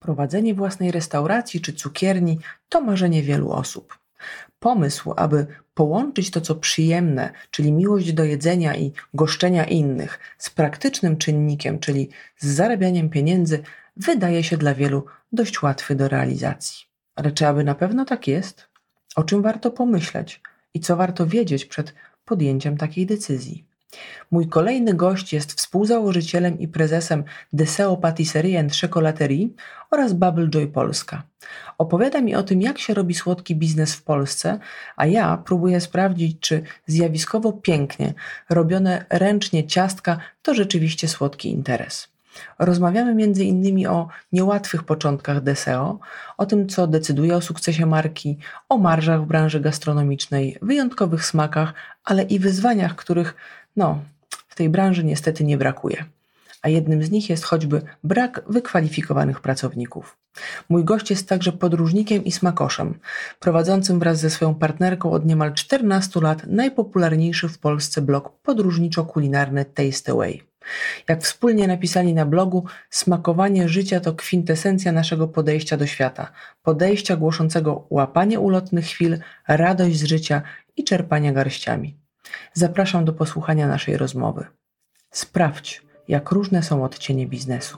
Prowadzenie własnej restauracji czy cukierni to marzenie wielu osób. Pomysł, aby połączyć to, co przyjemne, czyli miłość do jedzenia i goszczenia innych, z praktycznym czynnikiem, czyli z zarabianiem pieniędzy, wydaje się dla wielu dość łatwy do realizacji. Ale czy aby na pewno tak jest? O czym warto pomyśleć i co warto wiedzieć przed podjęciem takiej decyzji? Mój kolejny gość jest współzałożycielem i prezesem Deseo Patisserie & Chocolaterie oraz Bubble Joy Polska. Opowiada mi o tym, jak się robi słodki biznes w Polsce, a ja próbuję sprawdzić, czy zjawiskowo pięknie robione ręcznie ciastka to rzeczywiście słodki interes. Rozmawiamy m.in. o niełatwych początkach Deseo, o tym, co decyduje o sukcesie marki, o marżach w branży gastronomicznej, wyjątkowych smakach, ale i wyzwaniach, których w tej branży niestety nie brakuje. A jednym z nich jest choćby brak wykwalifikowanych pracowników. Mój gość jest także podróżnikiem i smakoszem, prowadzącym wraz ze swoją partnerką od niemal 14 lat najpopularniejszy w Polsce blog podróżniczo-kulinarny Taste Away. Jak wspólnie napisali na blogu, smakowanie życia to kwintesencja naszego podejścia do świata. Podejścia głoszącego łapanie ulotnych chwil, radość z życia i czerpania garściami. Zapraszam do posłuchania naszej rozmowy. Sprawdź, jak różne są odcienie biznesu.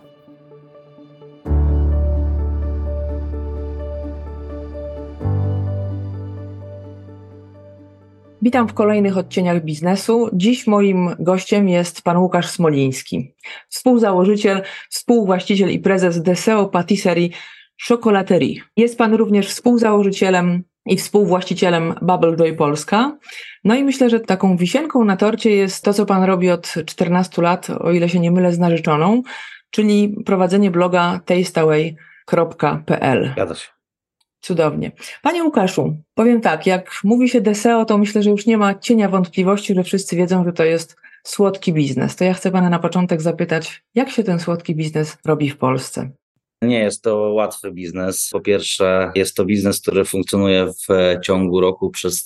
Witam w kolejnych odcieniach biznesu. Dziś moim gościem jest pan Łukasz Smoliński, współzałożyciel, współwłaściciel i prezes Deseo Patisserie Chocolaterie. Jest pan również współzałożycielem i współwłaścicielem Bubble Joy Polska. No i myślę, że taką wisienką na torcie jest to, co pan robi od 14 lat, o ile się nie mylę, z narzeczoną, czyli prowadzenie bloga tasteaway.pl. Zgadza się. Cudownie. Panie Łukaszu, powiem tak, jak mówi się Deseo, to myślę, że już nie ma cienia wątpliwości, że wszyscy wiedzą, że to jest słodki biznes. To ja chcę pana na początek zapytać, jak się ten słodki biznes robi w Polsce? Nie jest to łatwy biznes. Po pierwsze, jest to biznes, który funkcjonuje w ciągu roku przez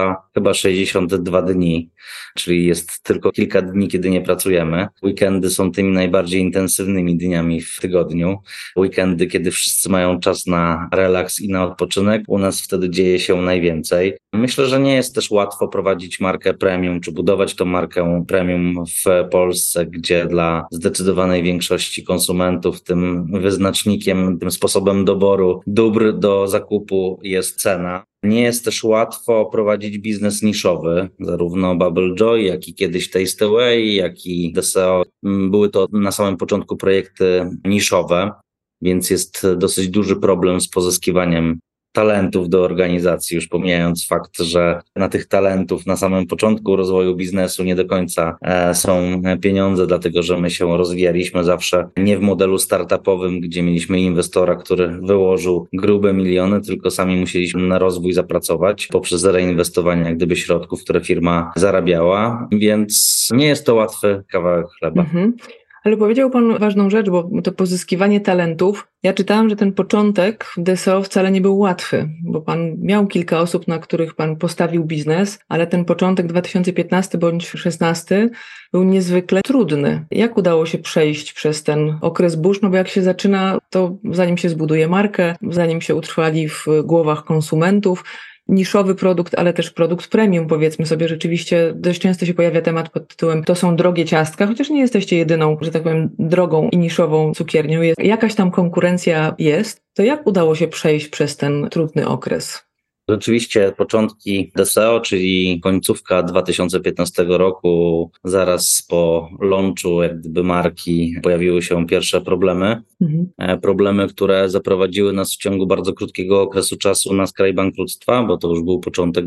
362 dni, czyli jest tylko kilka dni, kiedy nie pracujemy. Weekendy są tymi najbardziej intensywnymi dniami w tygodniu. Weekendy, kiedy wszyscy mają czas na relaks i na odpoczynek, u nas wtedy dzieje się najwięcej. Myślę, że nie jest też łatwo prowadzić markę premium, czy budować tą markę premium w Polsce, gdzie dla zdecydowanej większości konsumentów tym wyznacznikiem, tym sposobem doboru dóbr do zakupu jest cena. Nie jest też łatwo prowadzić biznes niszowy. Zarówno Bubble Joy, jak i kiedyś Taste Away, jak i Deseo. Były to na samym początku projekty niszowe, więc jest dosyć duży problem z pozyskiwaniem talentów do organizacji, już pomijając fakt, że na tych talentów na samym początku rozwoju biznesu nie do końca są pieniądze, dlatego że my się rozwijaliśmy zawsze nie w modelu startupowym, gdzie mieliśmy inwestora, który wyłożył grube miliony, tylko sami musieliśmy na rozwój zapracować poprzez reinwestowanie jak gdyby środków, które firma zarabiała, więc nie jest to łatwy kawałek chleba. Ale powiedział pan ważną rzecz, bo to pozyskiwanie talentów. Ja czytałam, że ten początek Deseo wcale nie był łatwy, bo pan miał kilka osób, na których pan postawił biznes, ale ten początek 2015 bądź 2016 był niezwykle trudny. Jak udało się przejść przez ten okres burz? No bo jak się zaczyna, to zanim się zbuduje markę, zanim się utrwali w głowach konsumentów, niszowy produkt, ale też produkt premium, powiedzmy sobie, rzeczywiście dość często się pojawia temat pod tytułem to są drogie ciastka, chociaż nie jesteście jedyną, że tak powiem, drogą i niszową cukiernią. Jakaś tam konkurencja jest. To jak udało się przejść przez ten trudny okres? Rzeczywiście początki Deseo, czyli końcówka 2015 roku, zaraz po launchu jak gdyby marki, pojawiły się pierwsze problemy. Problemy, które zaprowadziły nas w ciągu bardzo krótkiego okresu czasu na skraj bankructwa, bo to już był początek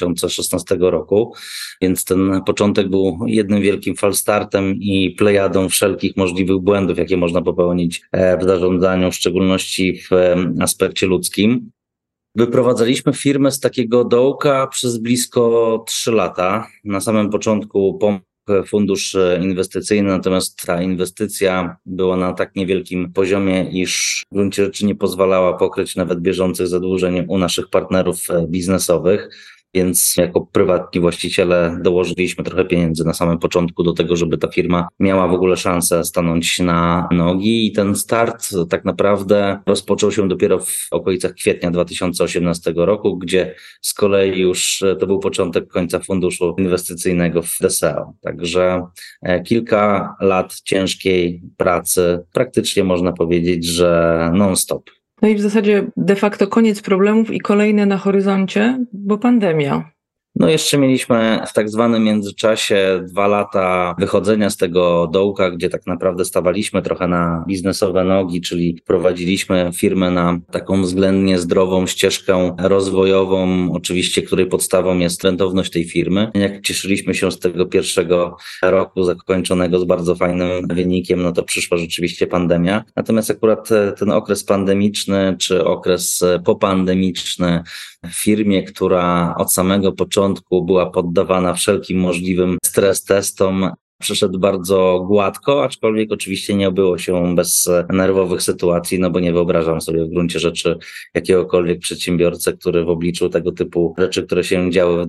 2016 roku, więc ten początek był jednym wielkim falstartem i plejadą wszelkich możliwych błędów, jakie można popełnić w zarządzaniu, w szczególności w aspekcie ludzkim. Wyprowadzaliśmy firmę z takiego dołka przez blisko 3 lata. Na samym początku pomógł fundusz inwestycyjny, natomiast ta inwestycja była na tak niewielkim poziomie, iż w gruncie rzeczy nie pozwalała pokryć nawet bieżących zadłużeń u naszych partnerów biznesowych. Więc jako prywatni właściciele dołożyliśmy trochę pieniędzy na samym początku do tego, żeby ta firma miała w ogóle szansę stanąć na nogi i ten start tak naprawdę rozpoczął się dopiero w okolicach kwietnia 2018 roku, gdzie z kolei już to był początek końca funduszu inwestycyjnego w DSEO. Także kilka lat ciężkiej pracy, praktycznie można powiedzieć, że non-stop. No i w zasadzie de facto koniec problemów i kolejne na horyzoncie, bo pandemia. No jeszcze mieliśmy w tak zwanym międzyczasie 2 lata wychodzenia z tego dołka, gdzie tak naprawdę stawaliśmy trochę na biznesowe nogi, czyli prowadziliśmy firmę na taką względnie zdrową ścieżkę rozwojową, oczywiście której podstawą jest rentowność tej firmy. Jak cieszyliśmy się z tego pierwszego roku zakończonego z bardzo fajnym wynikiem, no to przyszła rzeczywiście pandemia. Natomiast akurat ten okres pandemiczny czy okres popandemiczny w firmie, która od samego początku była poddawana wszelkim możliwym stres testom, przeszedł bardzo gładko, aczkolwiek oczywiście nie obyło się bez nerwowych sytuacji, no bo nie wyobrażam sobie w gruncie rzeczy jakiegokolwiek przedsiębiorcę, który w obliczu tego typu rzeczy, które się działy w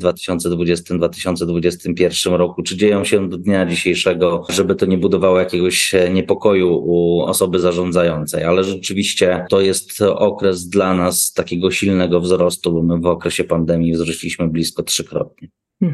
2020-2021 roku, czy dzieją się do dnia dzisiejszego, żeby to nie budowało jakiegoś niepokoju u osoby zarządzającej, ale rzeczywiście to jest okres dla nas takiego silnego wzrostu, bo my w okresie pandemii wzrośliśmy blisko 3-krotnie.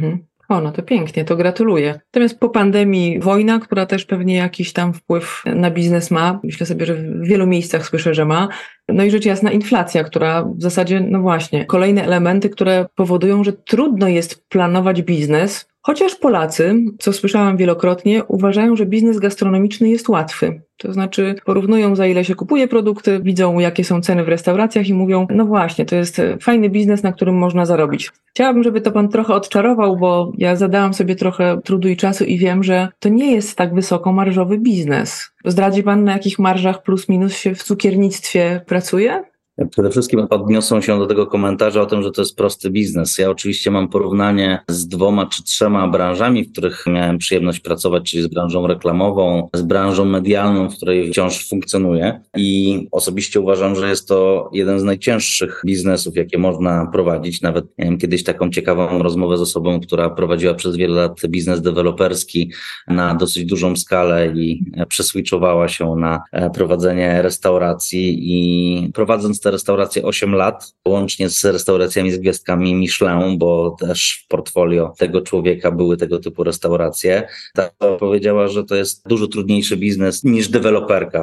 O, no to pięknie, to gratuluję. Natomiast po pandemii wojna, która też pewnie jakiś tam wpływ na biznes ma, myślę sobie, że w wielu miejscach słyszę, że ma. No i rzecz jasna inflacja, która w zasadzie, no właśnie, kolejne elementy, które powodują, że trudno jest planować biznes, chociaż Polacy, co słyszałam wielokrotnie, uważają, że biznes gastronomiczny jest łatwy. To znaczy porównują, za ile się kupuje produkty, widzą, jakie są ceny w restauracjach i mówią, no właśnie, to jest fajny biznes, na którym można zarobić. Chciałabym, żeby to pan trochę odczarował, bo ja zadałam sobie trochę trudu i czasu i wiem, że to nie jest tak wysoko marżowy biznes. Zdradzi pan, na jakich marżach plus minus się w cukiernictwie pracuje? Przede wszystkim odniosą się do tego komentarza o tym, że to jest prosty biznes. Ja oczywiście mam porównanie z 2 czy 3 branżami, w których miałem przyjemność pracować, czyli z branżą reklamową, z branżą medialną, w której wciąż funkcjonuję i osobiście uważam, że jest to jeden z najcięższych biznesów, jakie można prowadzić. Nawet miałem kiedyś taką ciekawą rozmowę z osobą, która prowadziła przez wiele lat biznes deweloperski na dosyć dużą skalę i przeswitchowała się na prowadzenie restauracji i prowadząc te restauracje 8 lat, łącznie z restauracjami z gwiazdkami Michelin, bo też w portfolio tego człowieka były tego typu restauracje. Ta powiedziała, że to jest dużo trudniejszy biznes niż deweloperka.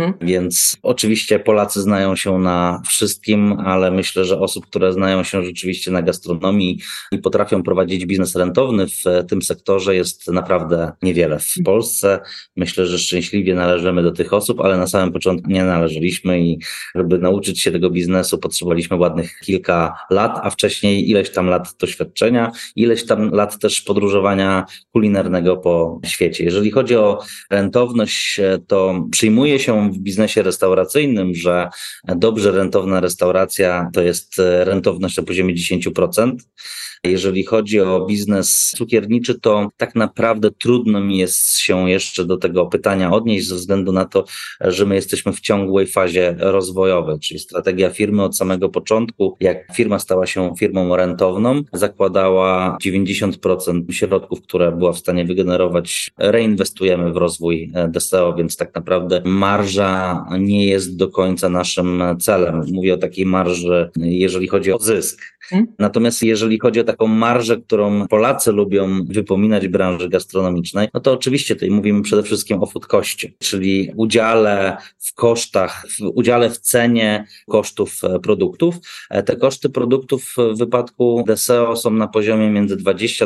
Więc oczywiście Polacy znają się na wszystkim, ale myślę, że osób, które znają się rzeczywiście na gastronomii i potrafią prowadzić biznes rentowny w tym sektorze jest naprawdę niewiele. W Polsce myślę, że szczęśliwie należymy do tych osób, ale na samym początku nie należeliśmy i żeby nauczyć się tego biznesu potrzebowaliśmy ładnych kilka lat, a wcześniej ileś tam lat doświadczenia, ileś tam lat też podróżowania kulinarnego po świecie. Jeżeli chodzi o rentowność, to przyjmuje się w biznesie restauracyjnym, że dobrze rentowna restauracja to jest rentowność na poziomie 10%. Jeżeli chodzi o biznes cukierniczy, to tak naprawdę trudno mi jest się jeszcze do tego pytania odnieść ze względu na to, że my jesteśmy w ciągłej fazie rozwojowej, czyli strategia firmy od samego początku, jak firma stała się firmą rentowną, zakładała 90% środków, które była w stanie wygenerować, reinwestujemy w rozwój DSEO, więc tak naprawdę marża nie jest do końca naszym celem. Mówię o takiej marży, jeżeli chodzi o zysk. Natomiast jeżeli chodzi o taką marżę, którą Polacy lubią wypominać w branży gastronomicznej, no to oczywiście tutaj mówimy przede wszystkim o food coście, czyli udziale w kosztach, udziale w cenie kosztów produktów. Te koszty produktów w wypadku DSEO są na poziomie między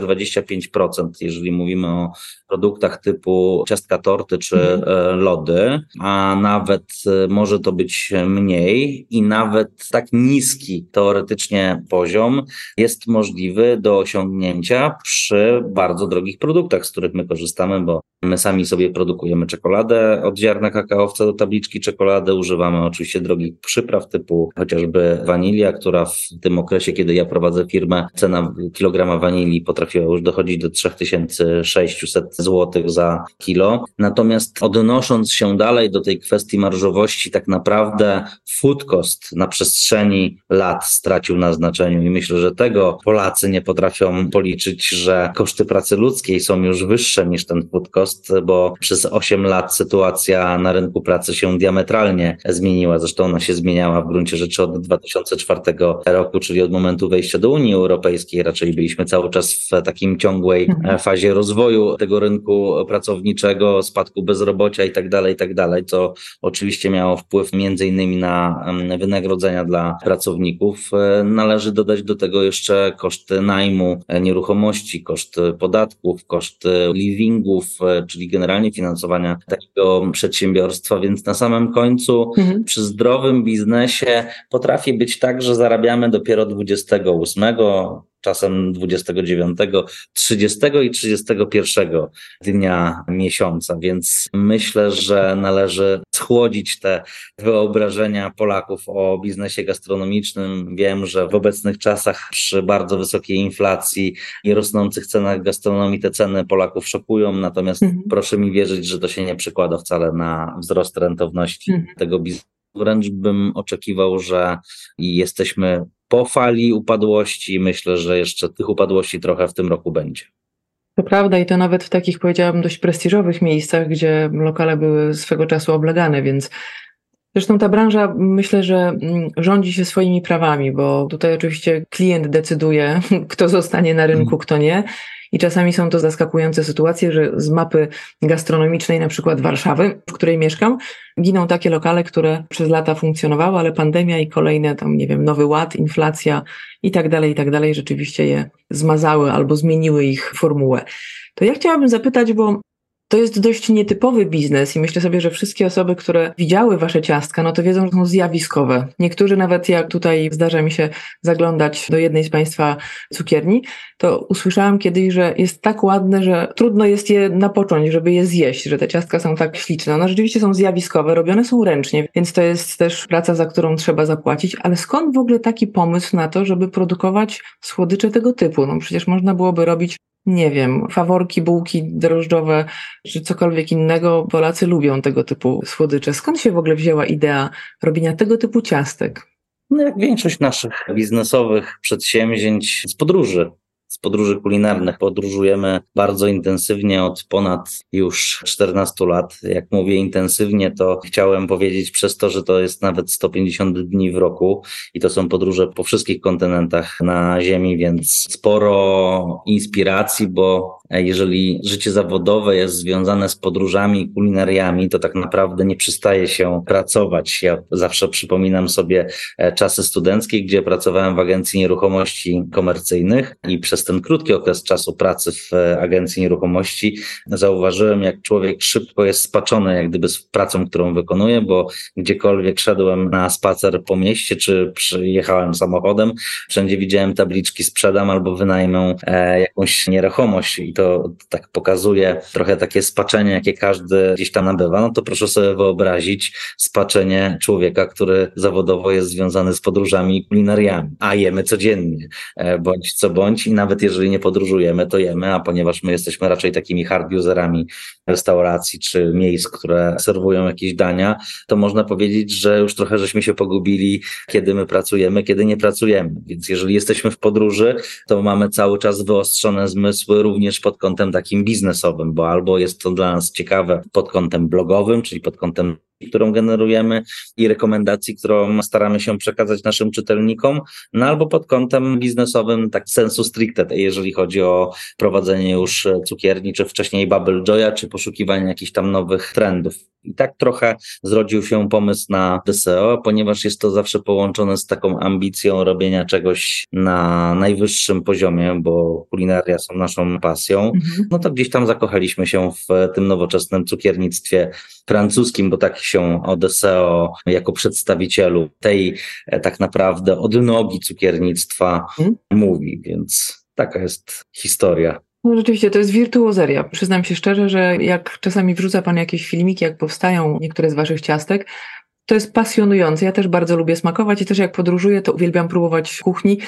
20-25%, jeżeli mówimy o produktach typu ciastka, torty czy lody, a nawet może to być mniej i nawet tak niski teoretycznie poziom jest możliwy do osiągnięcia przy bardzo drogich produktach, z których my korzystamy, bo my sami sobie produkujemy czekoladę od ziarna kakaowca do tabliczki czekolady, używamy oczywiście drogich przypraw typu chociażby wanilia, która w tym okresie, kiedy ja prowadzę firmę, cena kilograma wanilii potrafiła już dochodzić do 3600 zł za kilo. Natomiast odnosząc się dalej do tej tej kwestii marżowości tak naprawdę food cost na przestrzeni lat stracił na znaczeniu i myślę, że tego Polacy nie potrafią policzyć, że koszty pracy ludzkiej są już wyższe niż ten food cost, bo przez 8 lat sytuacja na rynku pracy się diametralnie zmieniła. Zresztą ona się zmieniała w gruncie rzeczy od 2004 roku, czyli od momentu wejścia do Unii Europejskiej. Raczej byliśmy cały czas w takim ciągłej fazie rozwoju tego rynku pracowniczego, spadku bezrobocia i tak dalej, co oczywiście miało wpływ między innymi na wynagrodzenia dla pracowników. Należy dodać do tego jeszcze koszty najmu nieruchomości, koszty podatków, koszty leasingów, czyli generalnie finansowania takiego przedsiębiorstwa, więc na samym końcu przy zdrowym biznesie potrafi być tak, że zarabiamy dopiero 28, czasem 29, 30 i 31 dnia miesiąca, więc myślę, że należy schłodzić te wyobrażenia Polaków o biznesie gastronomicznym. Wiem, że w obecnych czasach przy bardzo wysokiej inflacji i rosnących cenach gastronomii te ceny Polaków szokują, natomiast proszę mi wierzyć, że to się nie przekłada wcale na wzrost rentowności tego biznesu. Wręcz bym oczekiwał, że jesteśmy po fali upadłości. Myślę, że jeszcze tych upadłości trochę w tym roku będzie. To prawda i to nawet w takich, powiedziałabym, dość prestiżowych miejscach, gdzie lokale były swego czasu oblegane, więc zresztą ta branża, myślę, że rządzi się swoimi prawami, bo tutaj oczywiście klient decyduje, kto zostanie na rynku, kto nie. I czasami są to zaskakujące sytuacje, że z mapy gastronomicznej, na przykład Warszawy, w której mieszkam, giną takie lokale, które przez lata funkcjonowały, ale pandemia i kolejne tam, nie wiem, Nowy Ład, inflacja i tak dalej, rzeczywiście je zmazały albo zmieniły ich formułę. To ja chciałabym zapytać, bo to jest dość nietypowy biznes i myślę sobie, że wszystkie osoby, które widziały wasze ciastka, no to wiedzą, że są zjawiskowe. Niektórzy nawet, jak tutaj zdarza mi się zaglądać do jednej z państwa cukierni, to usłyszałam kiedyś, że jest tak ładne, że trudno jest je napocząć, żeby je zjeść, że te ciastka są tak śliczne. One rzeczywiście są zjawiskowe, robione są ręcznie, więc to jest też praca, za którą trzeba zapłacić. Ale skąd w ogóle taki pomysł na to, żeby produkować słodycze tego typu? No przecież można byłoby robić, nie wiem, faworki, bułki drożdżowe, czy cokolwiek innego. Polacy lubią tego typu słodycze. Skąd się w ogóle wzięła idea robienia tego typu ciastek? No jak większość naszych biznesowych przedsięwzięć z podróży kulinarnych. Podróżujemy bardzo intensywnie od ponad już 14 lat. Jak mówię intensywnie, to chciałem powiedzieć przez to, że to jest nawet 150 dni w roku i to są podróże po wszystkich kontynentach na Ziemi, więc sporo inspiracji, bo jeżeli życie zawodowe jest związane z podróżami i kulinariami, to tak naprawdę nie przestaje się pracować. Ja zawsze przypominam sobie czasy studenckie, gdzie pracowałem w agencji nieruchomości komercyjnych i przez ten krótki okres czasu pracy w agencji nieruchomości zauważyłem, jak człowiek szybko jest spaczony jak gdyby z pracą, którą wykonuje, bo gdziekolwiek szedłem na spacer po mieście, czy przyjechałem samochodem, wszędzie widziałem tabliczki sprzedam albo wynajmę jakąś nieruchomość i to tak pokazuje trochę takie spaczenie, jakie każdy gdzieś tam nabywa. No to proszę sobie wyobrazić spaczenie człowieka, który zawodowo jest związany z podróżami i kulinariami, a jemy codziennie, bądź co bądź i nawet jeżeli nie podróżujemy, to jemy, a ponieważ my jesteśmy raczej takimi hard userami restauracji czy miejsc, które serwują jakieś dania, to można powiedzieć, że już trochę żeśmy się pogubili, kiedy my pracujemy, kiedy nie pracujemy. Więc jeżeli jesteśmy w podróży, to mamy cały czas wyostrzone zmysły również pod kątem takim biznesowym, bo albo jest to dla nas ciekawe pod kątem blogowym, czyli pod kątem którą generujemy i rekomendacji, którą staramy się przekazać naszym czytelnikom, no albo pod kątem biznesowym, tak sensu stricte, jeżeli chodzi o prowadzenie już cukierni, czy wcześniej Bubble Joya, czy poszukiwanie jakichś tam nowych trendów. I tak trochę zrodził się pomysł na DSEO, ponieważ jest to zawsze połączone z taką ambicją robienia czegoś na najwyższym poziomie, bo kulinaria są naszą pasją. No to gdzieś tam zakochaliśmy się w tym nowoczesnym cukiernictwie francuskim, bo tak się o DSEO jako przedstawicielu tej tak naprawdę odnogi cukiernictwa mówi, więc taka jest historia. No rzeczywiście, to jest wirtuozeria. Przyznam się szczerze, że jak czasami wrzuca pan jakieś filmiki, jak powstają niektóre z waszych ciastek, to jest pasjonujące. Ja też bardzo lubię smakować i też jak podróżuję, to uwielbiam próbować kuchni.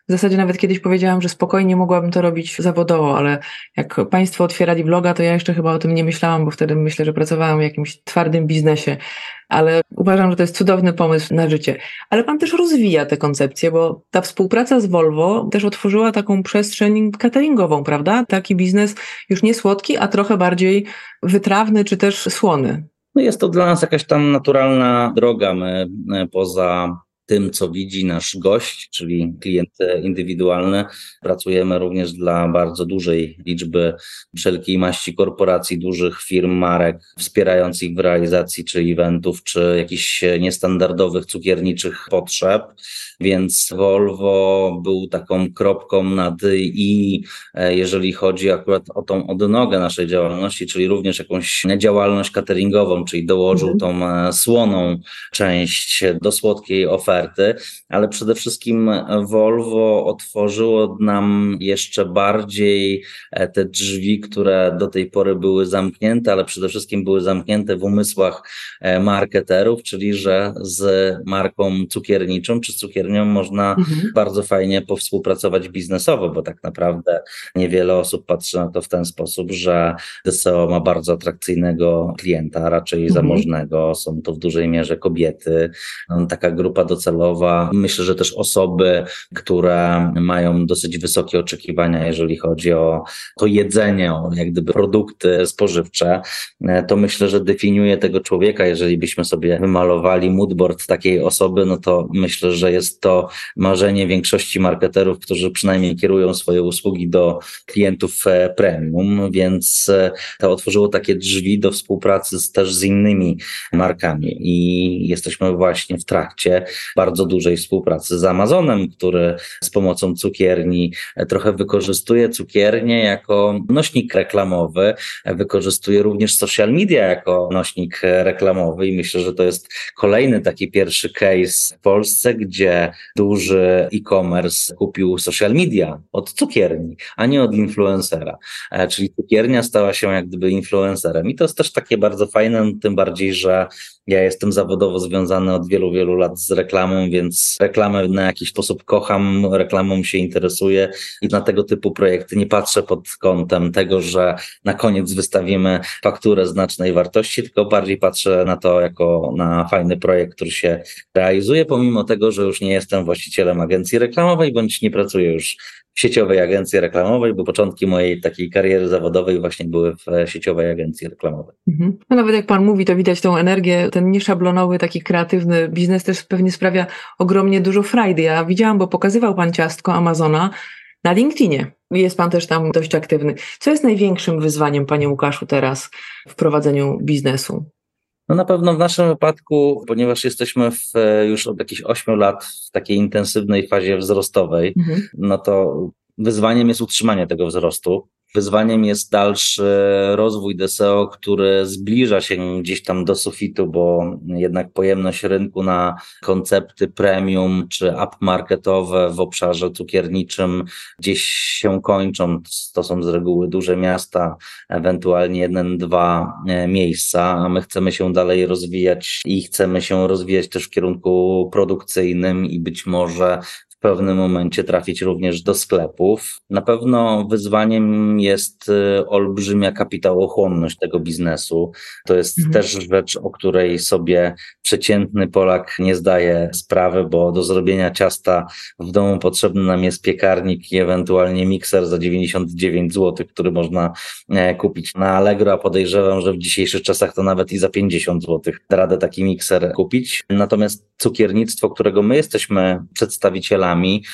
W zasadzie nawet kiedyś powiedziałam, że spokojnie mogłabym to robić zawodowo, ale jak Państwo otwierali bloga, to ja jeszcze chyba o tym nie myślałam, bo wtedy myślę, że pracowałam w jakimś twardym biznesie, ale uważam, że to jest cudowny pomysł na życie. Ale Pan też rozwija te koncepcje, bo ta współpraca z Volvo też otworzyła taką przestrzeń cateringową, prawda? Taki biznes już nie słodki, a trochę bardziej wytrawny czy też słony. No jest to dla nas jakaś tam naturalna droga. My poza tym, co widzi nasz gość, czyli klient indywidualny, pracujemy również dla bardzo dużej liczby wszelkiej maści korporacji, dużych firm, marek, wspierając ich w realizacji czy eventów, czy jakichś niestandardowych cukierniczych potrzeb. Więc Volvo był taką kropką nad i, jeżeli chodzi akurat o tą odnogę naszej działalności, czyli również jakąś działalność cateringową, czyli dołożył tą słoną część do słodkiej oferty, ale przede wszystkim Volvo otworzyło nam jeszcze bardziej te drzwi, które do tej pory były zamknięte, ale przede wszystkim były zamknięte w umysłach marketerów, czyli że z marką cukierniczą czy cukiernią można bardzo fajnie powspółpracować biznesowo, bo tak naprawdę niewiele osób patrzy na to w ten sposób, że DSO ma bardzo atrakcyjnego klienta, raczej zamożnego, są to w dużej mierze kobiety, taka grupa docelowa, myślę, że też osoby, które mają dosyć wysokie oczekiwania, jeżeli chodzi o to jedzenie, o jak gdyby produkty spożywcze, to myślę, że definiuje tego człowieka. Jeżeli byśmy sobie wymalowali moodboard takiej osoby, no to myślę, że jest to marzenie większości marketerów, którzy przynajmniej kierują swoje usługi do klientów premium, więc to otworzyło takie drzwi do współpracy też z innymi markami i jesteśmy właśnie w trakcie bardzo dużej współpracy z Amazonem, który z pomocą cukierni trochę wykorzystuje cukiernię jako nośnik reklamowy, wykorzystuje również social media jako nośnik reklamowy i myślę, że to jest kolejny taki pierwszy case w Polsce, gdzie duży e-commerce kupił social media od cukierni, a nie od influencera. Czyli cukiernia stała się jak gdyby influencerem i to jest też takie bardzo fajne, tym bardziej, że ja jestem zawodowo związany od wielu, wielu lat z reklamą, więc reklamę na jakiś sposób kocham, reklamą się interesuję i na tego typu projekty nie patrzę pod kątem tego, że na koniec wystawimy fakturę znacznej wartości, tylko bardziej patrzę na to jako na fajny projekt, który się realizuje, pomimo tego, że już nie jestem właścicielem agencji reklamowej, bądź nie pracuję już w sieciowej agencji reklamowej, bo początki mojej takiej kariery zawodowej właśnie były w sieciowej agencji reklamowej. No nawet jak Pan mówi, to widać tą energię, ten nieszablonowy, taki kreatywny biznes też pewnie sprawia ogromnie dużo frajdy. Ja widziałam, bo pokazywał Pan ciastko Amazona na LinkedInie. Jest Pan też tam dość aktywny. Co jest największym wyzwaniem, Panie Łukaszu, teraz w prowadzeniu biznesu? No na pewno w naszym wypadku, ponieważ jesteśmy już od jakichś 8 lat w takiej intensywnej fazie wzrostowej, no to wyzwaniem jest utrzymanie tego wzrostu. Wyzwaniem jest dalszy rozwój DSO, który zbliża się gdzieś tam do sufitu, bo jednak pojemność rynku na koncepty premium czy upmarketowe w obszarze cukierniczym gdzieś się kończą. To są z reguły duże miasta, ewentualnie 1-2 miejsca, a my chcemy się dalej rozwijać i chcemy się rozwijać też w kierunku produkcyjnym i być może w pewnym momencie trafić również do sklepów. Na pewno wyzwaniem jest olbrzymia kapitałochłonność tego biznesu. To jest też rzecz, o której sobie przeciętny Polak nie zdaje sprawy, bo do zrobienia ciasta w domu potrzebny nam jest piekarnik i ewentualnie mikser za 99 zł, który można kupić na Allegro, a podejrzewam, że w dzisiejszych czasach to nawet i za 50 zł da radę taki mikser kupić. Natomiast cukiernictwo, którego my jesteśmy przedstawicielami,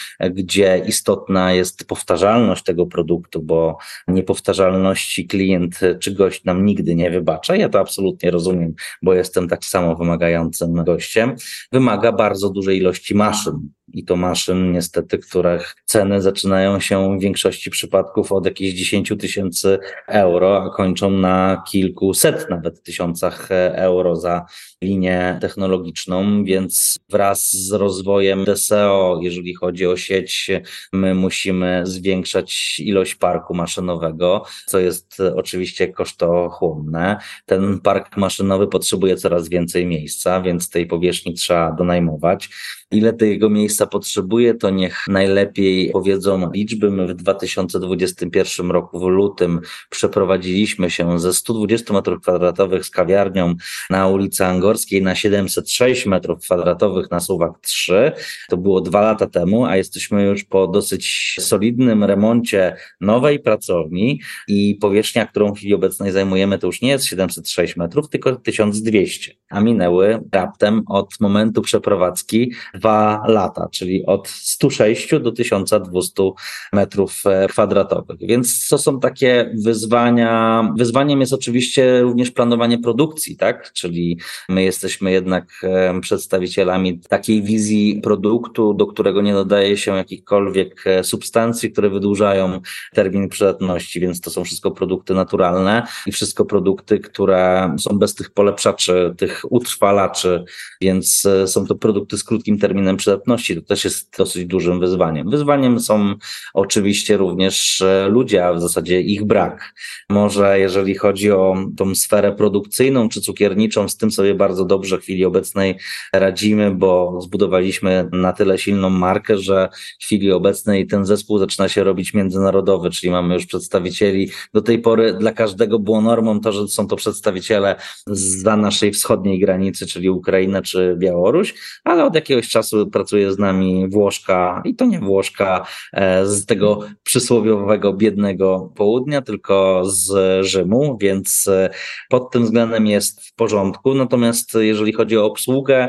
gdzie istotna jest powtarzalność tego produktu, bo niepowtarzalności klient czy gość nam nigdy nie wybacza. Ja to absolutnie rozumiem, bo jestem tak samo wymagającym gościem. Wymaga bardzo dużej ilości maszyn. I to maszyn niestety, których ceny zaczynają się w większości przypadków od jakichś 10 000 euro, a kończą na kilkuset nawet tysiącach euro za linię technologiczną, więc wraz z rozwojem DSO, jeżeli chodzi o sieć, my musimy zwiększać ilość parku maszynowego, co jest oczywiście kosztochłonne. Ten park maszynowy potrzebuje coraz więcej miejsca, więc tej powierzchni trzeba donajmować. Ile tego miejsca miejsca potrzebuje, to niech najlepiej powiedzą liczby. My w 2021 roku w lutym przeprowadziliśmy się ze 120 m2 z kawiarnią na ulicy Angorskiej na 706 m2 na Suwak 3. To było 2 lata temu, a jesteśmy już po dosyć solidnym remoncie nowej pracowni i powierzchnia, którą w chwili obecnej zajmujemy, to już nie jest 706 metrów, tylko 1200. A minęły raptem od momentu przeprowadzki 2 lata, czyli od 106 do 1200 metrów kwadratowych. Więc to są takie wyzwania. Wyzwaniem jest oczywiście również planowanie produkcji, tak? Czyli my jesteśmy jednak przedstawicielami takiej wizji produktu, do którego nie dodaje się jakichkolwiek substancji, które wydłużają termin przydatności, więc to są wszystko produkty naturalne i wszystko produkty, które są bez tych polepszaczy, tych utrwalaczy, więc są to produkty z krótkim terminem przydatności. To też jest dosyć dużym wyzwaniem. Wyzwaniem są oczywiście również ludzie, a w zasadzie ich brak. Może jeżeli chodzi o tą sferę produkcyjną czy cukierniczą, z tym sobie bardzo dobrze w chwili obecnej radzimy, bo zbudowaliśmy na tyle silną markę, że w chwili obecnej ten zespół zaczyna się robić międzynarodowy, czyli mamy już przedstawicieli. Do tej pory dla każdego było normą to, że są to przedstawiciele zza naszej wschodniej granicy, czyli Ukraina czy Białoruś, ale od jakiegoś czasu pracuje z nami Włoszka i to nie Włoszka z tego przysłowiowego biednego południa, tylko z Rzymu, więc pod tym względem jest w porządku. Natomiast jeżeli chodzi o obsługę,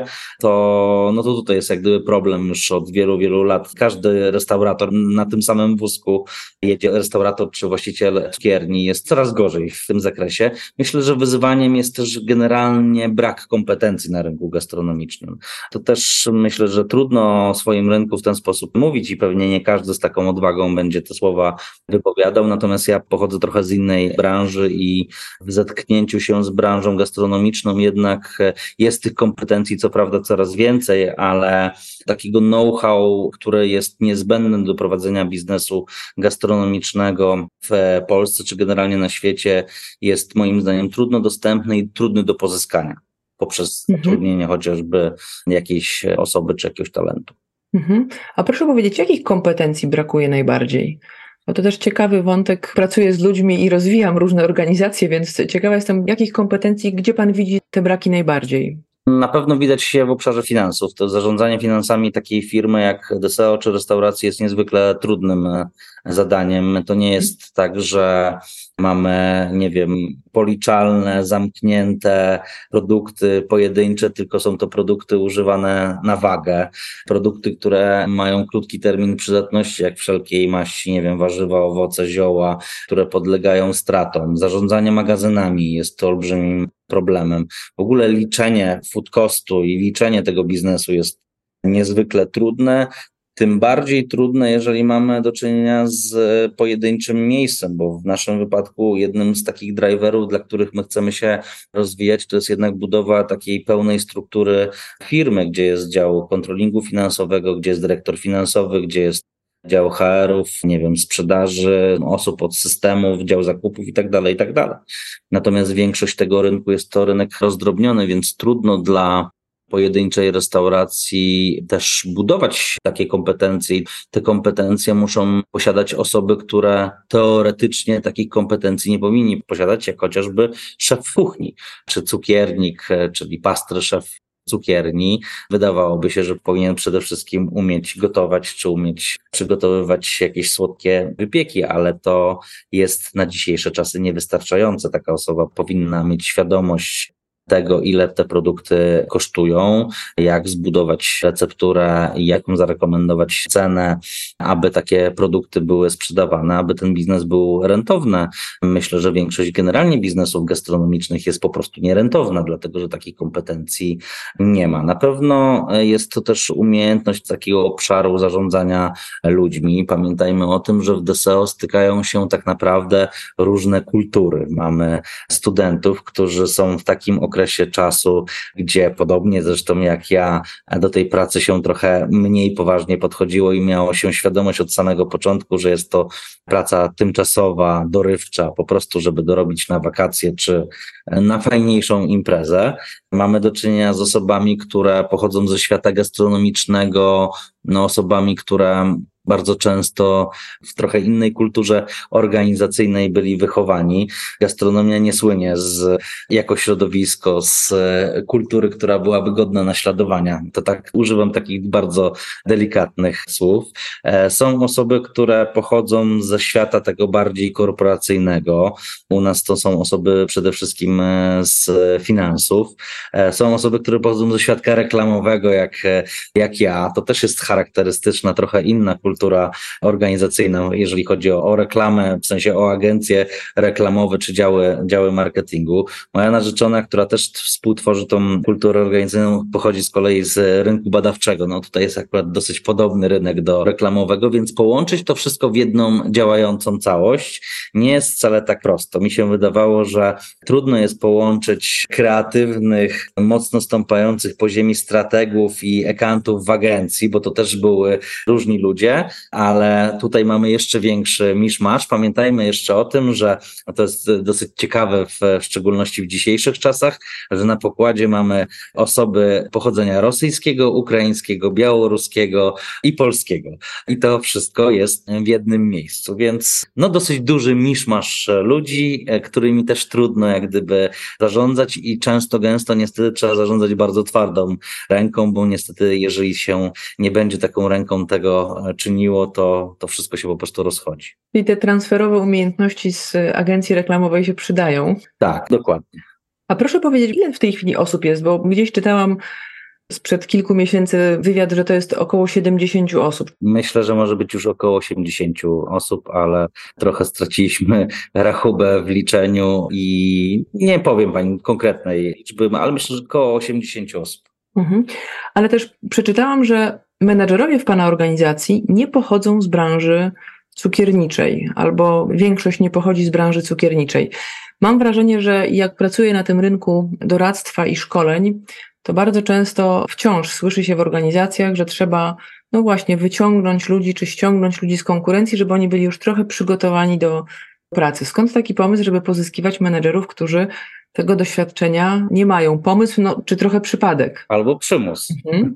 to tutaj jest jak gdyby problem już od wielu, wielu lat. Każdy restaurator na tym samym wózku jedzie, restaurator czy właściciel cukierni, jest coraz gorzej w tym zakresie. Myślę, że wyzwaniem jest też generalnie brak kompetencji na rynku gastronomicznym. To też myślę, że trudno o swoim rynku w ten sposób mówić i pewnie nie każdy z taką odwagą będzie te słowa wypowiadał, natomiast ja pochodzę trochę z innej branży i w zetknięciu się z branżą gastronomiczną jednak jest tych kompetencji co prawda coraz więcej, ale takiego know-how, które jest niezbędne do prowadzenia biznesu gastronomicznego w Polsce czy generalnie na świecie, jest moim zdaniem trudno dostępny i trudny do pozyskania poprzez zatrudnienie chociażby jakiejś osoby czy jakiegoś talentu. A proszę powiedzieć, jakich kompetencji brakuje najbardziej? Bo to też ciekawy wątek. Pracuję z ludźmi i rozwijam różne organizacje, więc ciekawa jestem, jakich kompetencji, gdzie pan widzi te braki najbardziej? Na pewno widać się w obszarze finansów. To zarządzanie finansami takiej firmy jak Deseo czy restauracji jest niezwykle trudnym zadaniem. To nie jest tak, że mamy, policzalne, zamknięte produkty pojedyncze, tylko są to produkty używane na wagę. Produkty, które mają krótki termin przydatności, jak wszelkiej maści, warzywa, owoce, zioła, które podlegają stratom. Zarządzanie magazynami jest to olbrzymim problemem. W ogóle liczenie food costu i liczenie tego biznesu jest niezwykle trudne. Tym bardziej trudne, jeżeli mamy do czynienia z pojedynczym miejscem, bo w naszym wypadku jednym z takich driverów, dla których my chcemy się rozwijać, to jest jednak budowa takiej pełnej struktury firmy, gdzie jest dział kontrolingu finansowego, gdzie jest dyrektor finansowy, gdzie jest dział HR-ów, sprzedaży, osób od systemów, dział zakupów i tak dalej, i tak dalej. Natomiast większość tego rynku jest to rynek rozdrobniony, więc trudno dla pojedynczej restauracji też budować takie kompetencje. Te kompetencje muszą posiadać osoby, które teoretycznie takich kompetencji nie powinni posiadać, jak chociażby szef kuchni, czy cukiernik, czyli pastry-szef cukierni. Wydawałoby się, że powinien przede wszystkim umieć gotować, czy umieć przygotowywać jakieś słodkie wypieki, ale to jest na dzisiejsze czasy niewystarczające. Taka osoba powinna mieć świadomość tego, ile te produkty kosztują, jak zbudować recepturę, jaką zarekomendować cenę, aby takie produkty były sprzedawane, aby ten biznes był rentowny. Myślę, że większość generalnie biznesów gastronomicznych jest po prostu nierentowna, dlatego że takich kompetencji nie ma. Na pewno jest to też umiejętność takiego obszaru zarządzania ludźmi. Pamiętajmy o tym, że w Deseo stykają się tak naprawdę różne kultury. Mamy studentów, którzy są w takim okresie okresie czasu, gdzie podobnie zresztą jak ja, do tej pracy się trochę mniej poważnie podchodziło i miało się świadomość od samego początku, że jest to praca tymczasowa, dorywcza, po prostu żeby dorobić na wakacje czy na fajniejszą imprezę. Mamy do czynienia z osobami, które pochodzą ze świata gastronomicznego, osobami, które bardzo często w trochę innej kulturze organizacyjnej byli wychowani. Gastronomia nie słynie jako środowisko z kultury, która byłaby godna naśladowania. To tak używam takich bardzo delikatnych słów. Są osoby, które pochodzą ze świata tego bardziej korporacyjnego. U nas to są osoby przede wszystkim z finansów. Są osoby, które pochodzą ze świata reklamowego, jak ja. To też jest charakterystyczna, trochę inna kultura organizacyjna, jeżeli chodzi o reklamę, w sensie o agencje reklamowe czy działy marketingu. Moja narzeczona, która też współtworzy tą kulturę organizacyjną, pochodzi z kolei z rynku badawczego. Tutaj jest akurat dosyć podobny rynek do reklamowego, więc połączyć to wszystko w jedną działającą całość nie jest wcale tak prosto. Mi się wydawało, że trudno jest połączyć kreatywnych, mocno stąpających po ziemi strategów i ekantów w agencji, bo to też były różni ludzie, ale tutaj mamy jeszcze większy miszmasz. Pamiętajmy jeszcze o tym, że to jest dosyć ciekawe w szczególności w dzisiejszych czasach, że na pokładzie mamy osoby pochodzenia rosyjskiego, ukraińskiego, białoruskiego i polskiego. I to wszystko jest w jednym miejscu, więc dosyć duży miszmasz ludzi, którymi też trudno jak gdyby zarządzać i gęsto niestety trzeba zarządzać bardzo twardą ręką, bo niestety jeżeli się nie będzie taką ręką tego czyniło, to wszystko się po prostu rozchodzi. I te transferowe umiejętności z agencji reklamowej się przydają. Tak, dokładnie. A proszę powiedzieć, ile w tej chwili osób jest, bo gdzieś czytałam sprzed kilku miesięcy wywiad, że to jest około 70 osób. Myślę, że może być już około 80 osób, ale trochę straciliśmy rachubę w liczeniu i nie powiem pani konkretnej liczby, ale myślę, że około 80 osób. Ale też przeczytałam, że menedżerowie w pana organizacji nie pochodzą z branży cukierniczej, albo większość nie pochodzi z branży cukierniczej. Mam wrażenie, że jak pracuję na tym rynku doradztwa i szkoleń, to bardzo często wciąż słyszy się w organizacjach, że trzeba właśnie wyciągnąć ludzi czy ściągnąć ludzi z konkurencji, żeby oni byli już trochę przygotowani do pracy. Skąd taki pomysł, żeby pozyskiwać menedżerów, którzy tego doświadczenia nie mają? Pomysł, czy trochę przypadek? Albo przymus.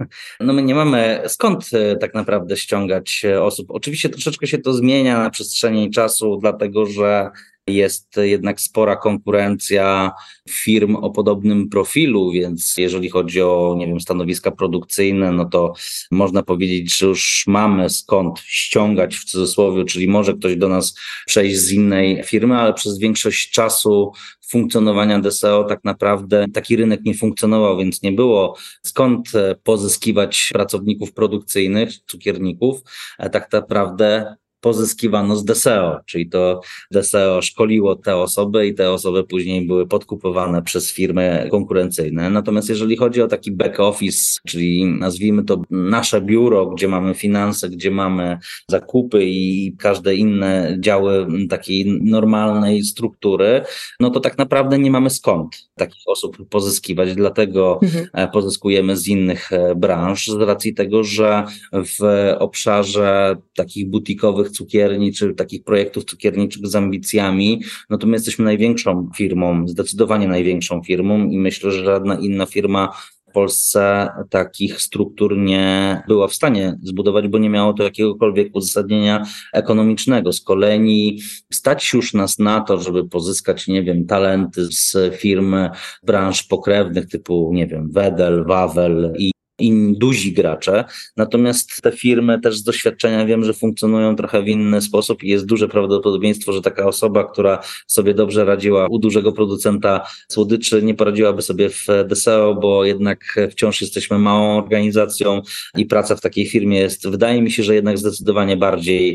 My nie mamy skąd tak naprawdę ściągać osób. Oczywiście troszeczkę się to zmienia na przestrzeni czasu, dlatego że jest jednak spora konkurencja firm o podobnym profilu, więc jeżeli chodzi o, stanowiska produkcyjne, to można powiedzieć, że już mamy skąd ściągać w cudzysłowie, czyli może ktoś do nas przejść z innej firmy, ale przez większość czasu funkcjonowania DSO tak naprawdę taki rynek nie funkcjonował, więc nie było skąd pozyskiwać pracowników produkcyjnych, cukierników, tak naprawdę pozyskiwano z DSEO, czyli to DSEO szkoliło te osoby i te osoby później były podkupowane przez firmy konkurencyjne. Natomiast jeżeli chodzi o taki back office, czyli nazwijmy to nasze biuro, gdzie mamy finanse, gdzie mamy zakupy i każde inne działy takiej normalnej struktury, to tak naprawdę nie mamy skąd takich osób pozyskiwać, dlatego pozyskujemy z innych branż, z racji tego, że w obszarze takich butikowych cukierni, czy takich projektów cukierniczych z ambicjami, to my jesteśmy największą firmą, zdecydowanie największą firmą i myślę, że żadna inna firma w Polsce takich struktur nie była w stanie zbudować, bo nie miało to jakiegokolwiek uzasadnienia ekonomicznego. Z kolei stać już nas na to, żeby pozyskać, talenty z firm branż pokrewnych typu, Wedel, Wawel i inni duzi gracze, natomiast te firmy też z doświadczenia wiem, że funkcjonują trochę w inny sposób i jest duże prawdopodobieństwo, że taka osoba, która sobie dobrze radziła u dużego producenta słodyczy, nie poradziłaby sobie w DSEO, bo jednak wciąż jesteśmy małą organizacją i praca w takiej firmie wydaje mi się, że jednak zdecydowanie bardziej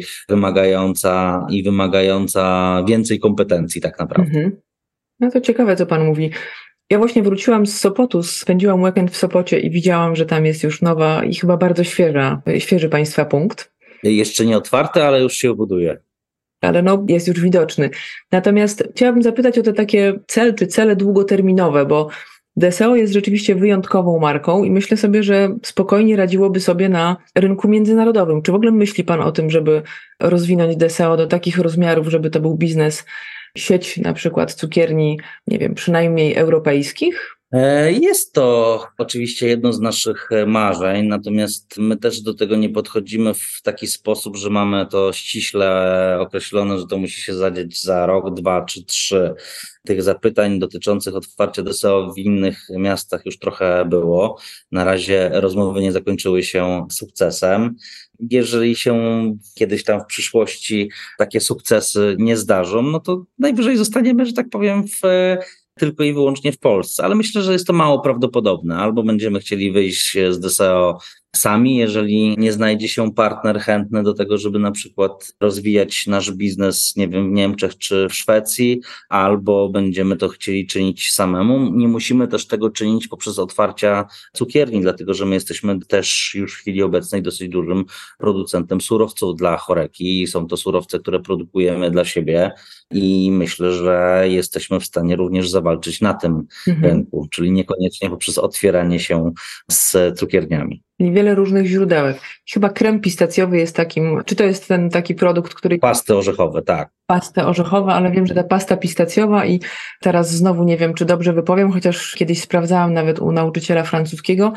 wymagająca więcej kompetencji tak naprawdę. To ciekawe, co pan mówi. Ja właśnie wróciłam z Sopotu, spędziłam weekend w Sopocie i widziałam, że tam jest już nowa i chyba bardzo świeży państwa punkt. Jeszcze nie otwarte, ale już się buduje. Ale jest już widoczny. Natomiast chciałabym zapytać o te takie cele długoterminowe, bo DSO jest rzeczywiście wyjątkową marką i myślę sobie, że spokojnie radziłoby sobie na rynku międzynarodowym. Czy w ogóle myśli Pan o tym, żeby rozwinąć DSO do takich rozmiarów, żeby to był biznes, sieć na przykład cukierni, nie wiem, przynajmniej europejskich? Jest to oczywiście jedno z naszych marzeń, natomiast my też do tego nie podchodzimy w taki sposób, że mamy to ściśle określone, że to musi się zadziać za rok, 2 czy 3. Tych zapytań dotyczących otwarcia DSO w innych miastach już trochę było. Na razie rozmowy nie zakończyły się sukcesem. Jeżeli się kiedyś tam w przyszłości takie sukcesy nie zdarzą, no to najwyżej zostaniemy, że tak powiem, tylko i wyłącznie w Polsce, ale myślę, że jest to mało prawdopodobne. Albo będziemy chcieli wyjść z DSO sami, jeżeli nie znajdzie się partner chętny do tego, żeby na przykład rozwijać nasz biznes, nie wiem, w Niemczech czy w Szwecji, albo będziemy to chcieli czynić samemu. Nie musimy też tego czynić poprzez otwarcia cukierni, dlatego że my jesteśmy też już w chwili obecnej dosyć dużym producentem surowców dla Horeca. Są to surowce, które produkujemy dla siebie i myślę, że jesteśmy w stanie również zawalczyć na tym rynku, czyli niekoniecznie poprzez otwieranie się z cukierniami. I wiele różnych źródełek. Chyba krem pistacjowy jest takim, czy to jest ten taki produkt, który... Pasty orzechowe, tak. Pasty orzechowe, ale wiem, że ta pasta pistacjowa i teraz znowu nie wiem, czy dobrze wypowiem, chociaż kiedyś sprawdzałam nawet u nauczyciela francuskiego,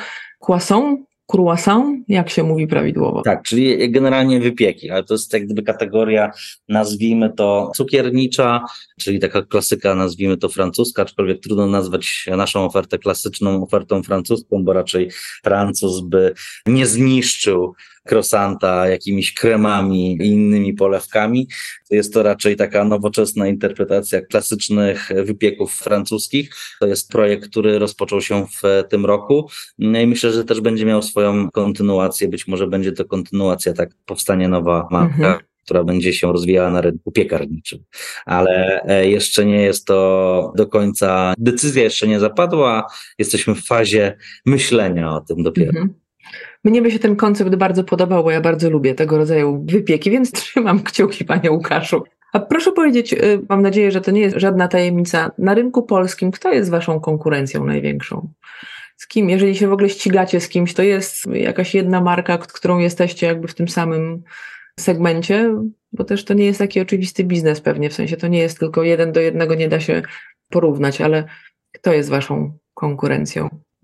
croissant, jak się mówi prawidłowo? Tak, czyli generalnie wypieki, ale to jest jak gdyby kategoria, nazwijmy to cukiernicza, czyli taka klasyka, nazwijmy to francuska, aczkolwiek trudno nazwać naszą ofertę klasyczną ofertą francuską, bo raczej Francuz by nie zniszczył croissanta jakimiś kremami i innymi polewkami. Jest to raczej taka nowoczesna interpretacja klasycznych wypieków francuskich. To jest projekt, który rozpoczął się w tym roku. No i myślę, że też będzie miał swoją kontynuację. Być może będzie to kontynuacja, tak powstanie nowa marka, która będzie się rozwijała na rynku piekarniczym. Ale jeszcze nie jest to do decyzja jeszcze nie zapadła. Jesteśmy w fazie myślenia o tym dopiero. Mnie by się ten koncept bardzo podobał, bo ja bardzo lubię tego rodzaju wypieki, więc trzymam kciuki, panie Łukaszu. A proszę powiedzieć, mam nadzieję, że to nie jest żadna tajemnica, na rynku polskim kto jest waszą konkurencją największą? Z kim, jeżeli się w ogóle ścigacie z kimś, to jest jakaś jedna marka, którą jesteście jakby w tym samym segmencie? Bo też to nie jest taki oczywisty biznes pewnie, w sensie to nie jest tylko 1 do 1, nie da się porównać, ale kto jest waszą konkurencją?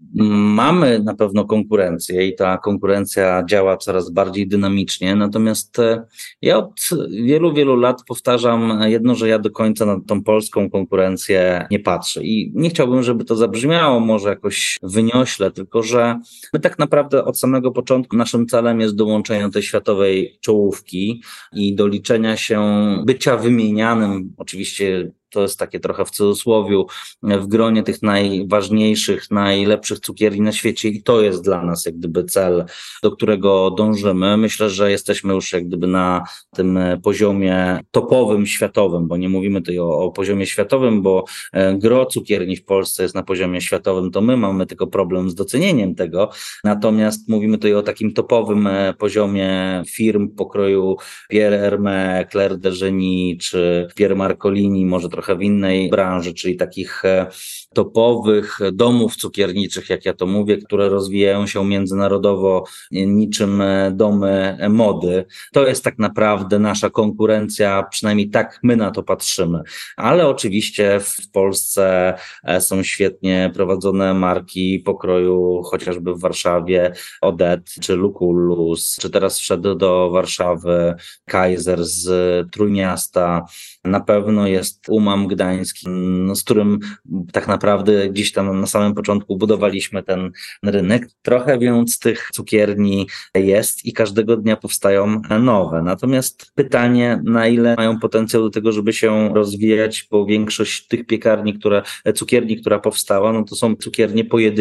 Mamy na pewno konkurencję i ta konkurencja działa coraz bardziej dynamicznie, natomiast ja od wielu, wielu lat powtarzam jedno, że ja do końca na tą polską konkurencję nie patrzę i nie chciałbym, żeby to zabrzmiało może jakoś wyniośle, tylko że my tak naprawdę od samego początku naszym celem jest dołączenie do tej światowej czołówki i doliczenia się bycia wymienianym, oczywiście to jest takie trochę w cudzysłowiu, w gronie tych najważniejszych, najlepszych cukierni na świecie i to jest dla nas jak gdyby cel, do którego dążymy. Myślę, że jesteśmy już jak gdyby na tym poziomie topowym światowym, bo nie mówimy tutaj o poziomie światowym, bo gro cukierni w Polsce jest na poziomie światowym, to my mamy tylko problem z docenieniem tego, natomiast mówimy tutaj o takim topowym poziomie firm pokroju Pierre Hermé, Claire de Genie czy Pierre Marcolini, może trochę w innej branży, czyli takich topowych domów cukierniczych, jak ja to mówię, które rozwijają się międzynarodowo niczym domy mody. To jest tak naprawdę nasza konkurencja, przynajmniej tak my na to patrzymy. Ale oczywiście w Polsce są świetnie prowadzone marki pokroju, chociażby w Warszawie Odette, czy Lucullus, czy teraz wszedł do Warszawy Kaiser z Trójmiasta. Na pewno jest Umam Gdański, z którym tak naprawdę gdzieś tam na samym początku budowaliśmy ten rynek. Trochę więc tych cukierni jest i każdego dnia powstają nowe. Natomiast pytanie, na ile mają potencjał do tego, żeby się rozwijać, bo większość tych cukierni, która powstała, no to są cukiernie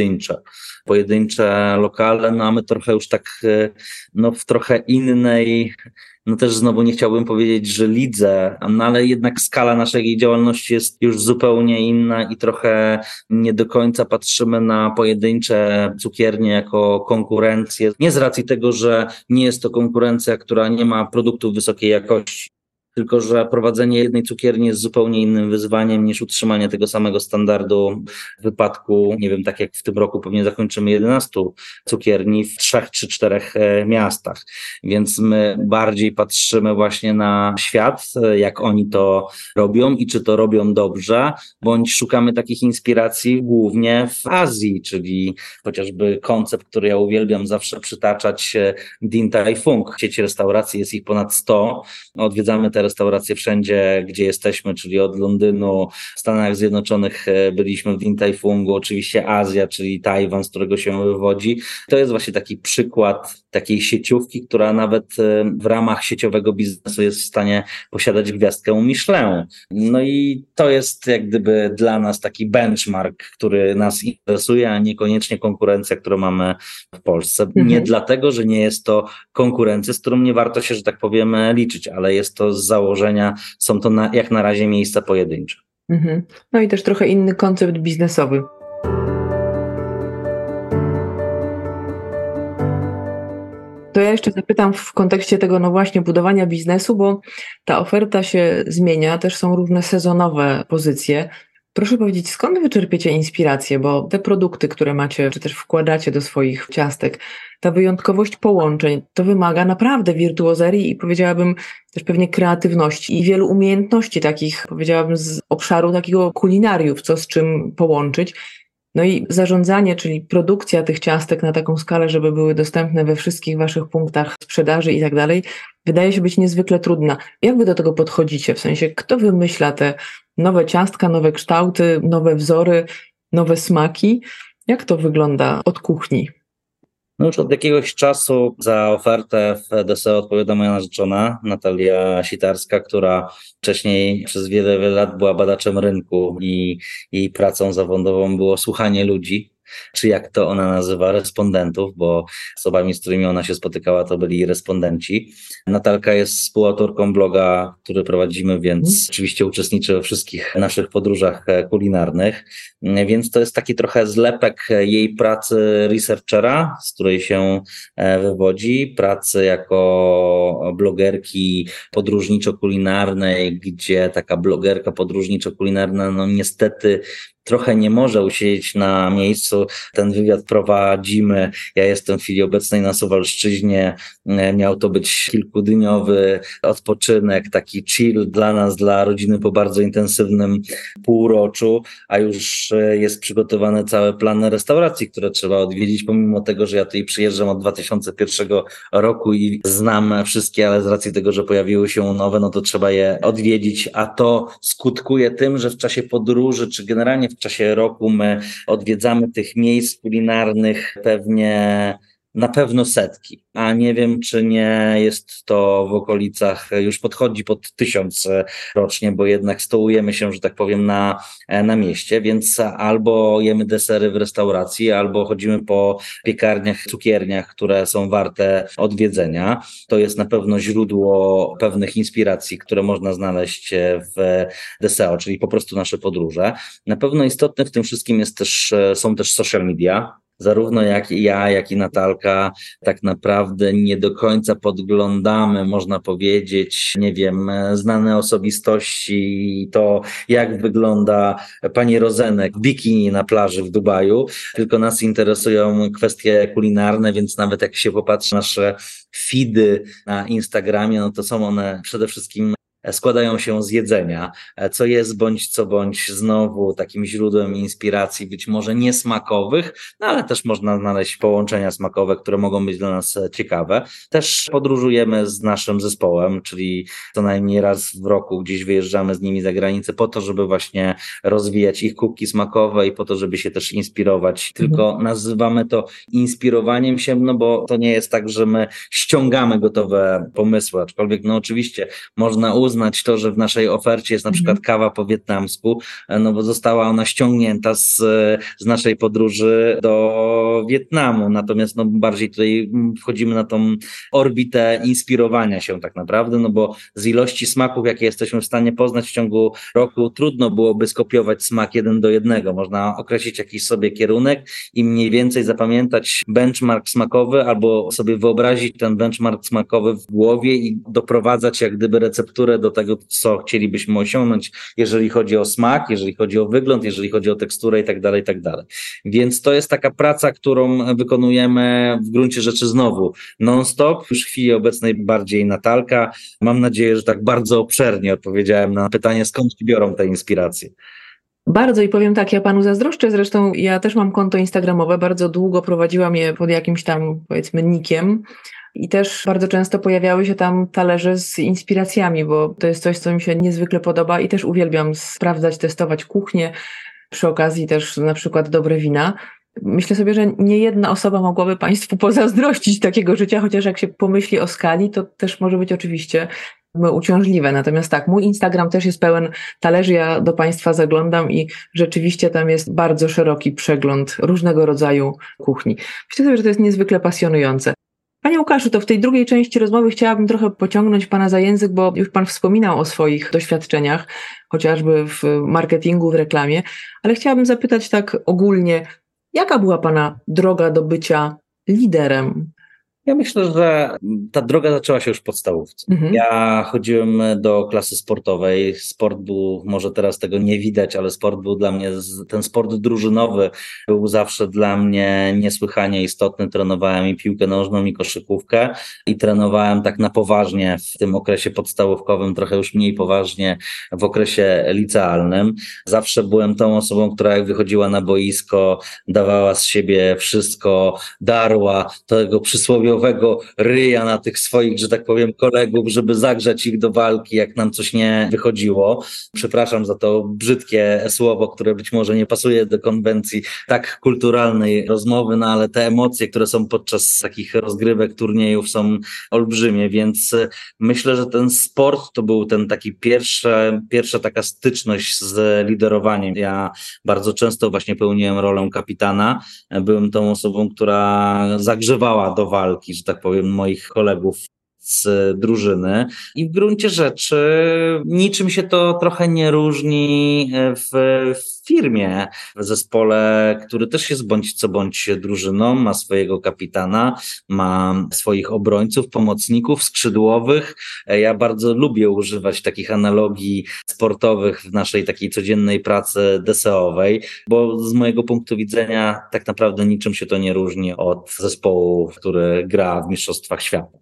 pojedyncze lokale, no a my trochę już tak w trochę innej, no też znowu nie chciałbym powiedzieć, że lidze, no ale jednak skala naszej działalności jest już zupełnie inna i trochę nie do końca patrzymy na pojedyncze cukiernie jako konkurencję. Nie z racji tego, że nie jest to konkurencja, która nie ma produktów wysokiej jakości, tylko że prowadzenie jednej cukierni jest zupełnie innym wyzwaniem niż utrzymanie tego samego standardu w wypadku, nie wiem, tak jak w tym roku pewnie zakończymy 11 cukierni w 3 czy 4 miastach. Więc my bardziej patrzymy właśnie na świat, jak oni to robią i czy to robią dobrze, bądź szukamy takich inspiracji głównie w Azji, czyli chociażby koncept, który ja uwielbiam zawsze przytaczać, Din Tai Fung. Sieć restauracji jest ich ponad 100. Odwiedzamy te restauracje wszędzie, gdzie jesteśmy, czyli od Londynu, w Stanach Zjednoczonych byliśmy w Din Tai Fungu, oczywiście Azja, czyli Tajwan, z którego się wywodzi. To jest właśnie taki przykład takiej sieciówki, która nawet w ramach sieciowego biznesu jest w stanie posiadać gwiazdkę Michelin. No i to jest jak gdyby dla nas taki benchmark, który nas interesuje, a niekoniecznie konkurencja, którą mamy w Polsce. Nie dlatego, że nie jest to konkurencja, z którą nie warto się, że tak powiem, liczyć, ale jest to z założenia, są to jak na razie miejsca pojedyncze. No i też trochę inny koncept biznesowy. To ja jeszcze zapytam w kontekście tego, no właśnie, budowania biznesu, bo ta oferta się zmienia, też są różne sezonowe pozycje. Proszę powiedzieć, skąd wy czerpiecie inspirację, bo te produkty, które macie, czy też wkładacie do swoich ciastek, ta wyjątkowość połączeń, to wymaga naprawdę wirtuozerii i powiedziałabym też pewnie kreatywności i wielu umiejętności takich, powiedziałabym, z obszaru takiego kulinariów, co z czym połączyć. No i zarządzanie, czyli produkcja tych ciastek na taką skalę, żeby były dostępne we wszystkich waszych punktach sprzedaży i tak dalej, wydaje się być niezwykle trudna. Jak wy do tego podchodzicie? W sensie, kto wymyśla te nowe ciastka, nowe kształty, nowe wzory, nowe smaki? Jak to wygląda od kuchni? No już od jakiegoś czasu za ofertę w DSO odpowiada moja narzeczona, Natalia Sitarska, która wcześniej przez wiele, wiele lat była badaczem rynku i jej pracą zawodową było słuchanie ludzi, czy jak to ona nazywa, respondentów, bo osobami, z którymi ona się spotykała, to byli respondenci. Natalka jest współautorką bloga, który prowadzimy, więc oczywiście uczestniczy we wszystkich naszych podróżach kulinarnych, więc to jest taki trochę zlepek jej pracy researchera, z której się wywodzi, pracy jako blogerki podróżniczo-kulinarnej, gdzie taka blogerka podróżniczo-kulinarna, no niestety trochę nie może usiedzieć na miejscu. Ten wywiad prowadzimy. Ja jestem w chwili obecnej na Suwalszczyźnie. Miał to być kilkudniowy odpoczynek, taki chill dla nas, dla rodziny po bardzo intensywnym półroczu, a już jest przygotowany cały plan restauracji, które trzeba odwiedzić, pomimo tego, że ja tutaj przyjeżdżam od 2001 roku i znam wszystkie, ale z racji tego, że pojawiły się nowe, no to trzeba je odwiedzić, a to skutkuje tym, że w czasie podróży, czy generalnie w czasie roku my odwiedzamy tych miejsc kulinarnych na pewno setki, a nie wiem, czy nie jest to w okolicach, już podchodzi pod 1000 rocznie, bo jednak stołujemy się, że tak powiem, na mieście, więc albo jemy desery w restauracji, albo chodzimy po piekarniach, cukierniach, które są warte odwiedzenia. To jest na pewno źródło pewnych inspiracji, które można znaleźć w DSO, czyli po prostu nasze podróże. Na pewno istotne w tym wszystkim są też social media. Zarówno jak i ja, jak i Natalka tak naprawdę nie do końca podglądamy, można powiedzieć, nie wiem, znane osobistości, to jak wygląda pani Rozenek w bikini na plaży w Dubaju, tylko nas interesują kwestie kulinarne, więc nawet jak się popatrzy na nasze feedy na Instagramie, no to są one przede wszystkim składają się z jedzenia, co jest bądź znowu takim źródłem inspiracji, być może niesmakowych, no ale też można znaleźć połączenia smakowe, które mogą być dla nas ciekawe. Też podróżujemy z naszym zespołem, czyli co najmniej raz w roku gdzieś wyjeżdżamy z nimi za granicę po to, żeby właśnie rozwijać ich kubki smakowe i po to, żeby się też inspirować. Tylko nazywamy to inspirowaniem się, no bo to nie jest tak, że my ściągamy gotowe pomysły, aczkolwiek no oczywiście można uznać to, że w naszej ofercie jest na przykład kawa po wietnamsku, no bo została ona ściągnięta z naszej podróży do Wietnamu. Natomiast no bardziej tutaj wchodzimy na tą orbitę inspirowania się tak naprawdę, no bo z ilości smaków, jakie jesteśmy w stanie poznać w ciągu roku, trudno byłoby skopiować smak 1:1. Można określić jakiś sobie kierunek i mniej więcej zapamiętać benchmark smakowy albo sobie wyobrazić ten benchmark smakowy w głowie i doprowadzać jak gdyby recepturę do tego, co chcielibyśmy osiągnąć, jeżeli chodzi o smak, jeżeli chodzi o wygląd, jeżeli chodzi o teksturę i tak dalej, i tak dalej. Więc to jest taka praca, którą wykonujemy w gruncie rzeczy znowu non-stop. Już w chwili obecnej bardziej Natalka. Mam nadzieję, że tak bardzo obszernie odpowiedziałem na pytanie, skąd się biorą te inspiracje. Bardzo i powiem tak, ja panu zazdroszczę, zresztą ja też mam konto instagramowe, bardzo długo prowadziłam je pod jakimś tam, powiedzmy, nickiem i też bardzo często pojawiały się tam talerze z inspiracjami, bo to jest coś, co mi się niezwykle podoba i też uwielbiam sprawdzać, testować kuchnię, przy okazji też na przykład dobre wina. Myślę sobie, że nie jedna osoba mogłaby państwu pozazdrościć takiego życia, chociaż jak się pomyśli o skali, to też może być oczywiście uciążliwe. Natomiast tak, mój Instagram też jest pełen talerzy, ja do państwa zaglądam i rzeczywiście tam jest bardzo szeroki przegląd różnego rodzaju kuchni. Myślę sobie, że to jest niezwykle pasjonujące. Panie Łukaszu, to w tej drugiej części rozmowy chciałabym trochę pociągnąć pana za język, bo już pan wspominał o swoich doświadczeniach, chociażby w marketingu, w reklamie, ale chciałabym zapytać tak ogólnie, jaka była pana droga do bycia liderem? Ja myślę, że ta droga zaczęła się już w podstawówce. Ja chodziłem do klasy sportowej. Sport był, może teraz tego nie widać, ale sport był dla mnie, ten sport drużynowy był zawsze dla mnie niesłychanie istotny. Trenowałem i piłkę nożną, i koszykówkę i trenowałem tak na poważnie w tym okresie podstawówkowym, trochę już mniej poważnie w okresie licealnym. Zawsze byłem tą osobą, która jak wychodziła na boisko, dawała z siebie wszystko, darła tego przysłowiowego ryja na tych swoich, że tak powiem, kolegów, żeby zagrzać ich do walki, jak nam coś nie wychodziło. Przepraszam za to brzydkie słowo, które być może nie pasuje do konwencji tak kulturalnej rozmowy, no ale te emocje, które są podczas takich rozgrywek, turniejów są olbrzymie, więc myślę, że ten sport to był ten taki pierwsza taka styczność z liderowaniem. Ja bardzo często właśnie pełniłem rolę kapitana. Byłem tą osobą, która zagrzewała do walki, że tak powiem, moich kolegów z drużyny i w gruncie rzeczy niczym się to trochę nie różni w firmie, w zespole, który też jest bądź co bądź drużyną, ma swojego kapitana, ma swoich obrońców, pomocników, skrzydłowych. Ja bardzo lubię używać takich analogii sportowych w naszej takiej codziennej pracy DSO-owej, bo z mojego punktu widzenia tak naprawdę niczym się to nie różni od zespołu, który gra w Mistrzostwach Świata.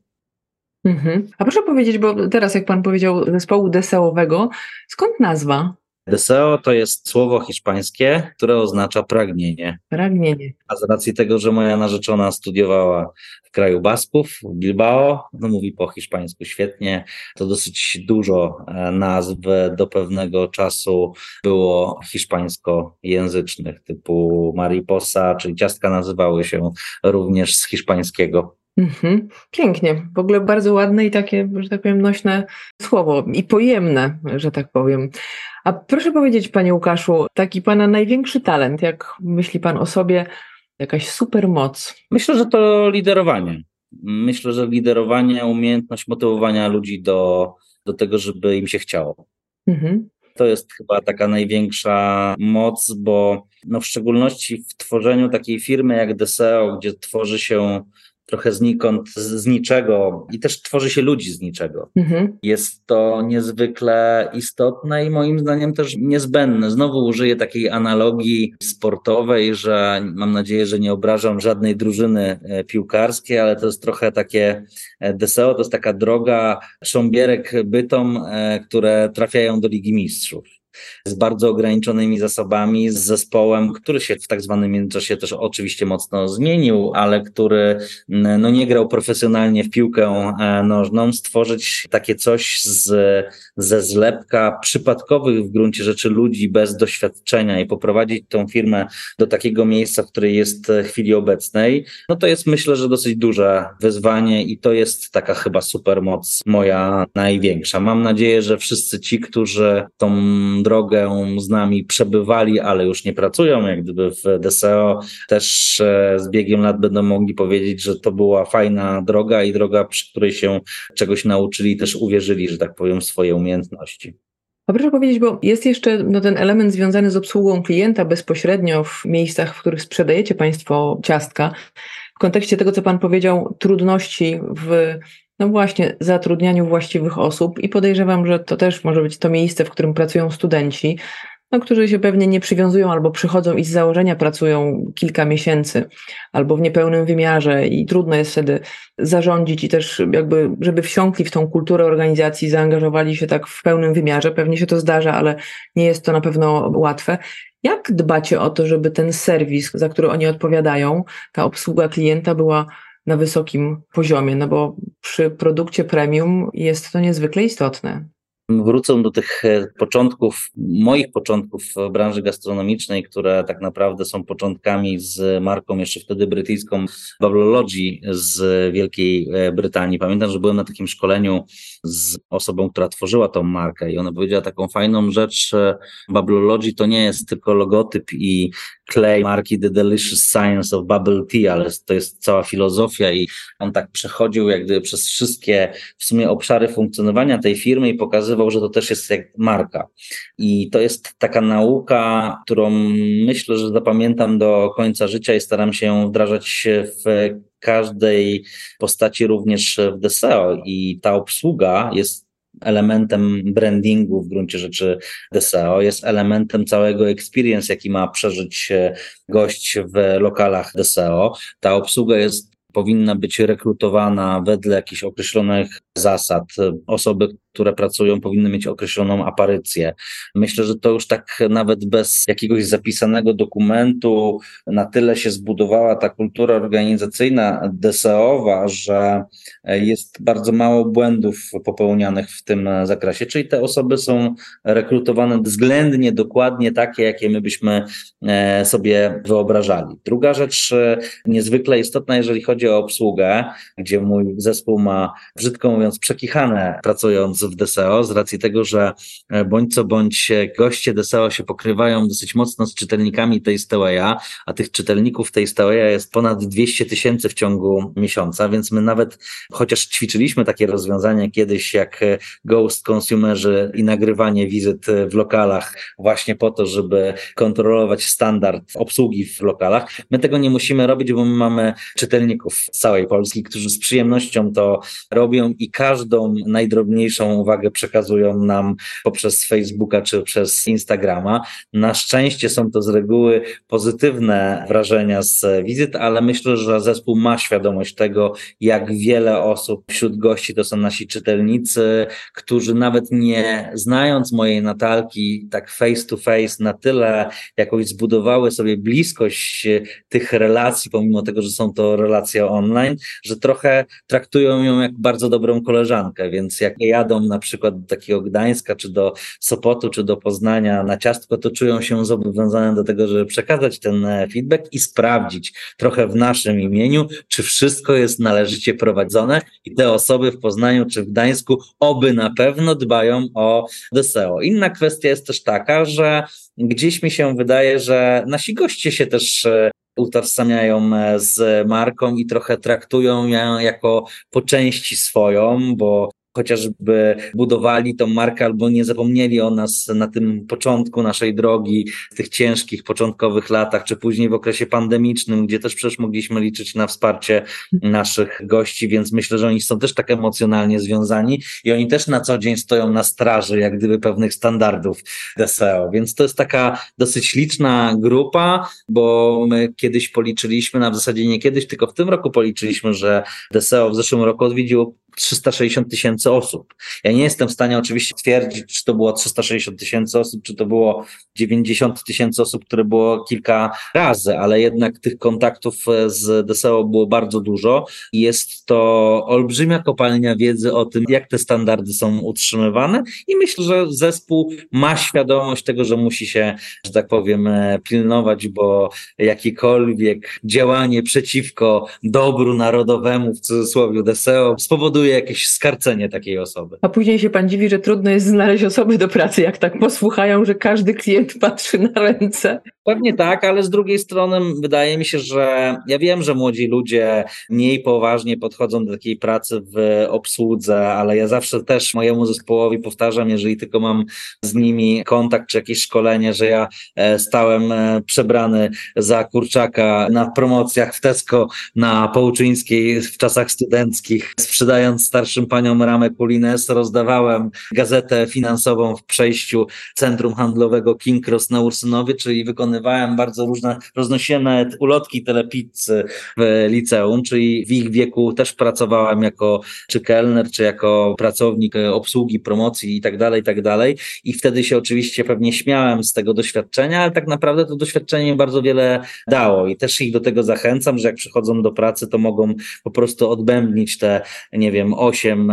A proszę powiedzieć, bo teraz jak pan powiedział zespołu DSO-owego, skąd nazwa? Deseo to jest słowo hiszpańskie, które oznacza pragnienie. Pragnienie. A z racji tego, że moja narzeczona studiowała w kraju Basków, w Bilbao, no mówi po hiszpańsku świetnie, to dosyć dużo nazw do pewnego czasu było hiszpańskojęzycznych, typu mariposa, czyli ciastka nazywały się również z hiszpańskiego. Pięknie. W ogóle bardzo ładne i takie, że tak powiem, nośne słowo i pojemne, że tak powiem. A proszę powiedzieć, panie Łukaszu, taki pana największy talent, jak myśli pan o sobie, jakaś supermoc? Myślę, że to liderowanie. Myślę, że liderowanie, umiejętność motywowania ludzi do tego, żeby im się chciało. To jest chyba taka największa moc, bo no w szczególności w tworzeniu takiej firmy jak Deseo, gdzie tworzy się trochę znikąd, z niczego i też tworzy się ludzi z niczego. Jest to niezwykle istotne i moim zdaniem też niezbędne. Znowu użyję takiej analogii sportowej, że mam nadzieję, że nie obrażam żadnej drużyny piłkarskiej, ale to jest trochę takie Deseo, to jest taka droga Sząbierek Bytom, które trafiają do Ligi Mistrzów. Z bardzo ograniczonymi zasobami, z zespołem, który się w tak zwanym międzyczasie też oczywiście mocno zmienił, ale który no, nie grał profesjonalnie w piłkę nożną, stworzyć takie coś ze zlepka przypadkowych w gruncie rzeczy ludzi bez doświadczenia i poprowadzić tą firmę do takiego miejsca, w której jest w chwili obecnej, no to jest myślę, że dosyć duże wyzwanie i to jest taka chyba supermoc moja największa. Mam nadzieję, że wszyscy ci, którzy tą drogę z nami przebywali, ale już nie pracują, jak gdyby w DSEO, też z biegiem lat będą mogli powiedzieć, że to była fajna droga i droga, przy której się czegoś nauczyli i też uwierzyli, że tak powiem, w swoje umiejętności. A proszę powiedzieć, bo jest jeszcze ten element związany z obsługą klienta bezpośrednio w miejscach, w których sprzedajecie państwo ciastka. W kontekście tego, co Pan powiedział, trudności w no właśnie zatrudnianiu właściwych osób i podejrzewam, że to też może być to miejsce, w którym pracują studenci, no, którzy się pewnie nie przywiązują albo przychodzą i z założenia pracują kilka miesięcy albo w niepełnym wymiarze i trudno jest wtedy zarządzić i też jakby, żeby wsiąkli w tą kulturę organizacji, zaangażowali się tak w pełnym wymiarze. Pewnie się to zdarza, ale nie jest to na pewno łatwe. Jak dbacie o to, żeby ten serwis, za który oni odpowiadają, ta obsługa klienta była na wysokim poziomie, no bo przy produkcie premium jest to niezwykle istotne. Wrócę do tych początków, moich początków w branży gastronomicznej, które tak naprawdę są początkami z marką jeszcze wtedy brytyjską Bubbleology z Wielkiej Brytanii. Pamiętam, że byłem na takim szkoleniu z osobą, która tworzyła tą markę i ona powiedziała taką fajną rzecz, Bubbleology to nie jest tylko logotyp i klej marki The Delicious Science of Bubble Tea, ale to jest cała filozofia i on tak przechodził jak gdyby przez wszystkie w sumie obszary funkcjonowania tej firmy i pokazywał, że to też jest jak marka. I to jest taka nauka, którą myślę, że zapamiętam do końca życia i staram się ją wdrażać w każdej postaci, również w DESEO. I ta obsługa jest elementem brandingu w gruncie rzeczy DESEO, jest elementem całego experience, jaki ma przeżyć gość w lokalach DESEO. Ta obsługa powinna być rekrutowana wedle jakichś określonych zasad. Osoby, które pracują, powinny mieć określoną aparycję. Myślę, że to już tak nawet bez jakiegoś zapisanego dokumentu na tyle się zbudowała ta kultura organizacyjna DESEO-owa, że jest bardzo mało błędów popełnianych w tym zakresie, czyli te osoby są rekrutowane względnie dokładnie takie, jakie my byśmy sobie wyobrażali. Druga rzecz niezwykle istotna, jeżeli chodzi o obsługę, gdzie mój zespół ma, brzydko mówiąc, przekichane pracując w DESEO z racji tego, że bądź co bądź goście DESEO się pokrywają dosyć mocno z czytelnikami Tasteawaya, a tych czytelników Tasteawaya jest ponad 200 000 w ciągu miesiąca, więc my nawet, chociaż ćwiczyliśmy takie rozwiązania kiedyś jak ghost consumerzy i nagrywanie wizyt w lokalach właśnie po to, żeby kontrolować standard obsługi w lokalach, my tego nie musimy robić, bo my mamy czytelników z całej Polski, którzy z przyjemnością to robią i każdą najdrobniejszą uwagę przekazują nam poprzez Facebooka czy przez Instagrama. Na szczęście są to z reguły pozytywne wrażenia z wizyt, ale myślę, że zespół ma świadomość tego, jak wiele osób wśród gości to są nasi czytelnicy, którzy nawet nie znając mojej Natalki tak face to face na tyle jakoś zbudowały sobie bliskość tych relacji, pomimo tego, że są to relacje online, że trochę traktują ją jak bardzo dobrą koleżankę, więc jak jadą na przykład do takiego Gdańska, czy do Sopotu, czy do Poznania na ciastko, to czują się zobowiązane do tego, żeby przekazać ten feedback i sprawdzić trochę w naszym imieniu, czy wszystko jest należycie prowadzone i te osoby w Poznaniu czy w Gdańsku oby na pewno dbają o DESEO. Inna kwestia jest też taka, że gdzieś mi się wydaje, że nasi goście się też utożsamiają z marką i trochę traktują ją jako po części swoją, bo chociażby budowali tą markę albo nie zapomnieli o nas na tym początku naszej drogi, w tych ciężkich, początkowych latach, czy później w okresie pandemicznym, gdzie też przecież mogliśmy liczyć na wsparcie naszych gości, więc myślę, że oni są też tak emocjonalnie związani i oni też na co dzień stoją na straży jak gdyby pewnych standardów DESEO, więc to jest taka dosyć liczna grupa, bo my kiedyś policzyliśmy, w zasadzie nie kiedyś, tylko w tym roku policzyliśmy, że DESEO w zeszłym roku odwiedziło 360 000 osób. Ja nie jestem w stanie oczywiście stwierdzić, czy to było 360 000 osób, czy to było 90 000 osób, które było kilka razy, ale jednak tych kontaktów z DESEO było bardzo dużo i jest to olbrzymia kopalnia wiedzy o tym, jak te standardy są utrzymywane i myślę, że zespół ma świadomość tego, że musi się, że tak powiem, pilnować, bo jakiekolwiek działanie przeciwko dobru narodowemu, w cudzysłowie DESEO, spowoduje, powoduje jakieś skarcenie takiej osoby. A później się pan dziwi, że trudno jest znaleźć osoby do pracy, jak tak posłuchają, że każdy klient patrzy na ręce. Pewnie tak, ale z drugiej strony wydaje mi się, że ja wiem, że młodzi ludzie mniej poważnie podchodzą do takiej pracy w obsłudze, ale ja zawsze też mojemu zespołowi powtarzam, jeżeli tylko mam z nimi kontakt czy jakieś szkolenie, że ja stałem przebrany za kurczaka na promocjach w Tesco na Połczyńskiej w czasach studenckich, sprzedając starszym paniom ramę Kulines, rozdawałem gazetę finansową w przejściu centrum handlowego King Cross na Ursynowie, czyli wykonywałem bardzo różne, roznosiłem nawet ulotki telepizzy w liceum, czyli w ich wieku też pracowałem jako czy kelner, czy jako pracownik obsługi, promocji i tak dalej, i tak dalej. I wtedy się oczywiście pewnie śmiałem z tego doświadczenia, ale tak naprawdę to doświadczenie bardzo wiele dało i też ich do tego zachęcam, że jak przychodzą do pracy, to mogą po prostu odbębnić te, nie wiem, 8,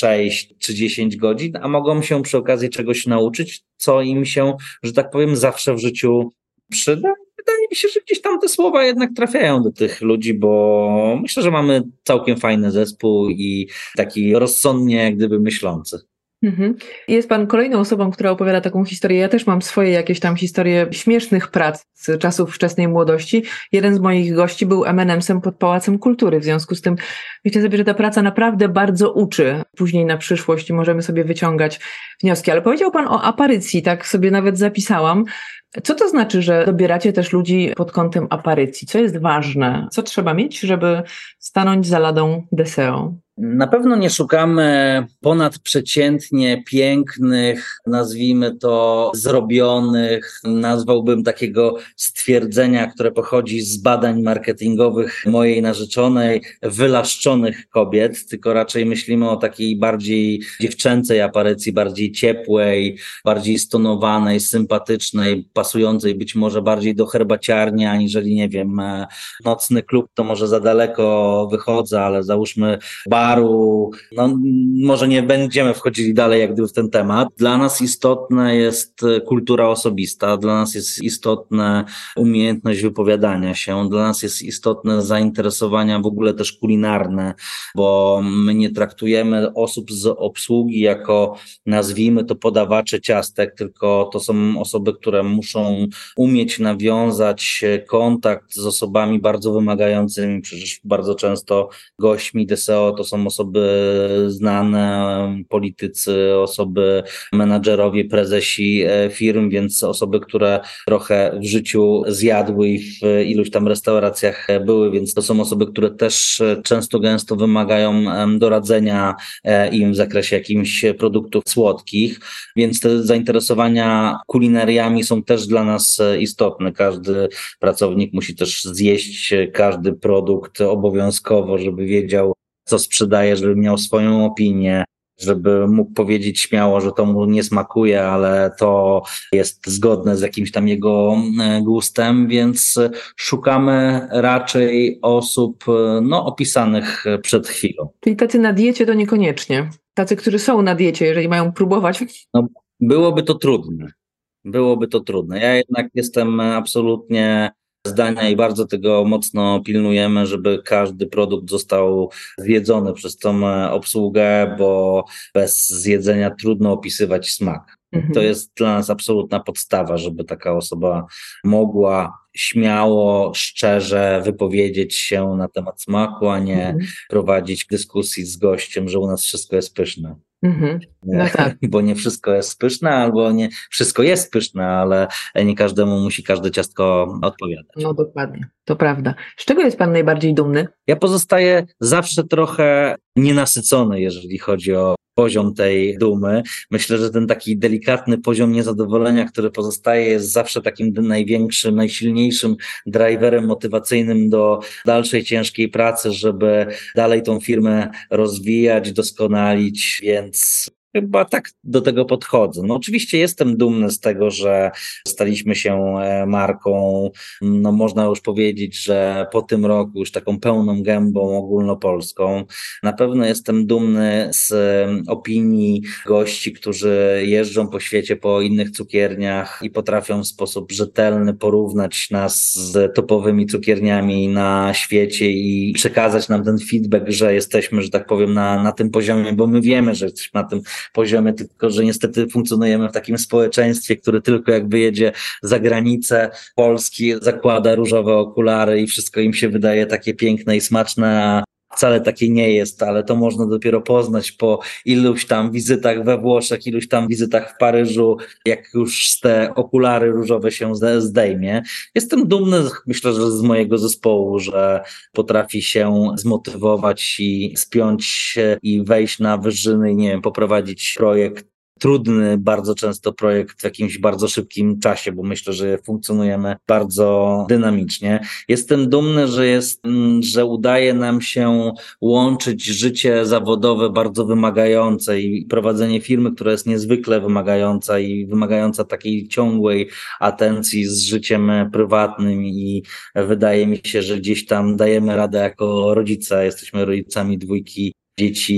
6 czy 10 godzin, a mogą się przy okazji czegoś nauczyć, co im się, że tak powiem, zawsze w życiu przyda. Wydaje mi się, że gdzieś tam te słowa jednak trafiają do tych ludzi, bo myślę, że mamy całkiem fajny zespół i taki rozsądnie jak gdyby myślący. Jest pan kolejną osobą, która opowiada taką historię. Ja też mam swoje jakieś tam historie śmiesznych prac z czasów wczesnej młodości. Jeden z moich gości był M&M'sem pod Pałacem Kultury. W związku z tym myślę sobie, że ta praca naprawdę bardzo uczy. Później na przyszłość możemy sobie wyciągać wnioski. Ale powiedział pan o aparycji, tak sobie nawet zapisałam. Co to znaczy, że dobieracie też ludzi pod kątem aparycji? Co jest ważne? Co trzeba mieć, żeby stanąć za ladą Deseo? Na pewno nie szukamy ponadprzeciętnie pięknych, nazwijmy to zrobionych, nazwałbym takiego stwierdzenia, które pochodzi z badań marketingowych mojej narzeczonej, wylaszczonych kobiet, tylko raczej myślimy o takiej bardziej dziewczęcej aparycji, bardziej ciepłej, bardziej stonowanej, sympatycznej, pasującej być może bardziej do herbaciarni, aniżeli, nie wiem, nocny klub, to może za daleko wychodzę, ale załóżmy baru, no może nie będziemy wchodzili dalej jak gdyby w ten temat. Dla nas istotna jest kultura osobista, dla nas jest istotna umiejętność wypowiadania się, dla nas jest istotne zainteresowania w ogóle też kulinarne, bo my nie traktujemy osób z obsługi jako, nazwijmy to, podawacze ciastek, tylko to są osoby, które muszą umieć nawiązać kontakt z osobami bardzo wymagającymi. Przecież bardzo często gośćmi Deseo to są osoby znane, politycy, osoby, menadżerowie, prezesi firm, więc osoby, które trochę w życiu zjadły i w iluś tam restauracjach były, więc to są osoby, które też często gęsto wymagają doradzenia im w zakresie jakichś produktów słodkich, więc te zainteresowania kulinariami są też dla nas istotne. Każdy pracownik musi też zjeść każdy produkt obowiązkowo, żeby wiedział, co sprzedaje, żeby miał swoją opinię, żeby mógł powiedzieć śmiało, że to mu nie smakuje, ale to jest zgodne z jakimś tam jego gustem, więc szukamy raczej osób opisanych przed chwilą. Czyli tacy na diecie to niekoniecznie. Tacy, którzy są na diecie, jeżeli mają próbować. No, byłoby to trudne. Byłoby to trudne. Ja jednak jestem absolutnie zdania i bardzo tego mocno pilnujemy, żeby każdy produkt został zjedzony przez tą obsługę, bo bez zjedzenia trudno opisywać smak. To jest dla nas absolutna podstawa, żeby taka osoba mogła śmiało, szczerze wypowiedzieć się na temat smaku, a nie prowadzić dyskusji z gościem, że u nas wszystko jest pyszne. No tak. Bo nie wszystko jest pyszne, albo nie wszystko jest pyszne, ale nie każdemu musi każde ciastko odpowiadać. No dokładnie, to prawda. Z czego jest pan najbardziej dumny? Ja pozostaję zawsze trochę nienasycony, jeżeli chodzi o poziom tej dumy. Myślę, że ten taki delikatny poziom niezadowolenia, który pozostaje, jest zawsze takim największym, najsilniejszym driverem motywacyjnym do dalszej ciężkiej pracy, żeby dalej tą firmę rozwijać, doskonalić, więc Chyba tak do tego podchodzę. No oczywiście jestem dumny z tego, że staliśmy się marką, no można już powiedzieć, że po tym roku już taką pełną gębą ogólnopolską. Na pewno jestem dumny z opinii gości, którzy jeżdżą po świecie, po innych cukierniach i potrafią w sposób rzetelny porównać nas z topowymi cukierniami na świecie i przekazać nam ten feedback, że jesteśmy, że tak powiem, na tym poziomie, bo my wiemy, że jesteśmy na tym poziomie, tylko że niestety funkcjonujemy w takim społeczeństwie, które tylko jak wyjedzie za granicę Polski, zakłada różowe okulary i wszystko im się wydaje takie piękne i smaczne, a wcale takie nie jest, ale to można dopiero poznać po iluś tam wizytach we Włoszech, iluś tam wizytach w Paryżu, jak już te okulary różowe się zdejmie. Jestem dumny, myślę, że z mojego zespołu, że potrafi się zmotywować i spiąć się i wejść na wyżyny i nie wiem, poprowadzić projekt. Trudny bardzo często projekt w jakimś bardzo szybkim czasie, bo myślę, że funkcjonujemy bardzo dynamicznie. Jestem dumny, że udaje nam się łączyć życie zawodowe bardzo wymagające i prowadzenie firmy, która jest niezwykle wymagająca i wymagająca takiej ciągłej atencji z życiem prywatnym i wydaje mi się, że gdzieś tam dajemy radę jako rodzice. Jesteśmy rodzicami dwójki dzieci,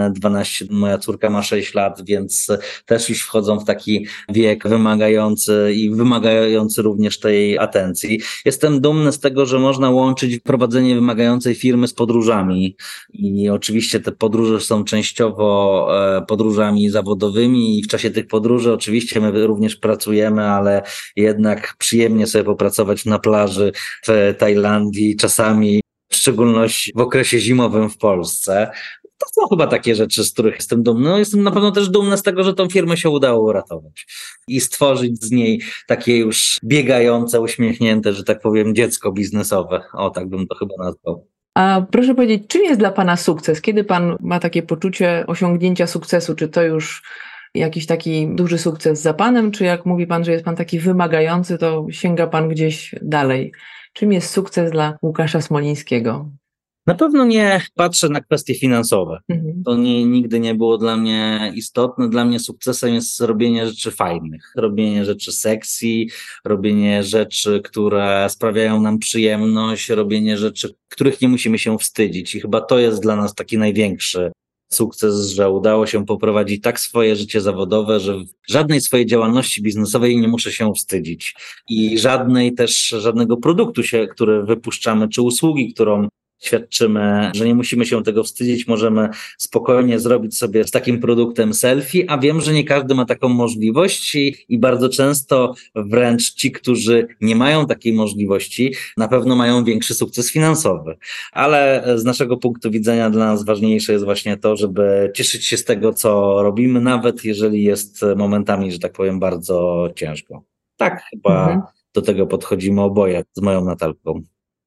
12, moja córka ma 6 lat, więc też już wchodzą w taki wiek wymagający i wymagający również tej atencji. Jestem dumny z tego, że można łączyć prowadzenie wymagającej firmy z podróżami i oczywiście te podróże są częściowo podróżami zawodowymi i w czasie tych podróży oczywiście my również pracujemy, ale jednak przyjemnie sobie popracować na plaży w Tajlandii, czasami w szczególności w okresie zimowym w Polsce. To są chyba takie rzeczy, z których jestem dumny. No, jestem na pewno też dumny z tego, że tą firmę się udało uratować i stworzyć z niej takie już biegające, uśmiechnięte, że tak powiem, dziecko biznesowe. O, tak bym to chyba nazwał. A proszę powiedzieć, czym jest dla Pana sukces? Kiedy Pan ma takie poczucie osiągnięcia sukcesu? Czy to już jakiś taki duży sukces za Panem, czy jak mówi Pan, że jest Pan taki wymagający, to sięga Pan gdzieś dalej? Czym jest sukces dla Łukasza Smolińskiego? Na pewno nie patrzę na kwestie finansowe. To nigdy nie było dla mnie istotne. Dla mnie sukcesem jest robienie rzeczy fajnych, robienie rzeczy sexy, robienie rzeczy, które sprawiają nam przyjemność, robienie rzeczy, których nie musimy się wstydzić. I chyba to jest dla nas taki największy sukces, że udało się poprowadzić tak swoje życie zawodowe, że w żadnej swojej działalności biznesowej nie muszę się wstydzić. I żadnego produktu, który wypuszczamy, czy usługi, którą świadczymy, że nie musimy się tego wstydzić, możemy spokojnie zrobić sobie z takim produktem selfie, a wiem, że nie każdy ma taką możliwość i bardzo często wręcz ci, którzy nie mają takiej możliwości, na pewno mają większy sukces finansowy. Ale z naszego punktu widzenia dla nas ważniejsze jest właśnie to, żeby cieszyć się z tego, co robimy, nawet jeżeli jest momentami, że tak powiem, bardzo ciężko. Tak chyba do tego podchodzimy oboje z moją Natalką.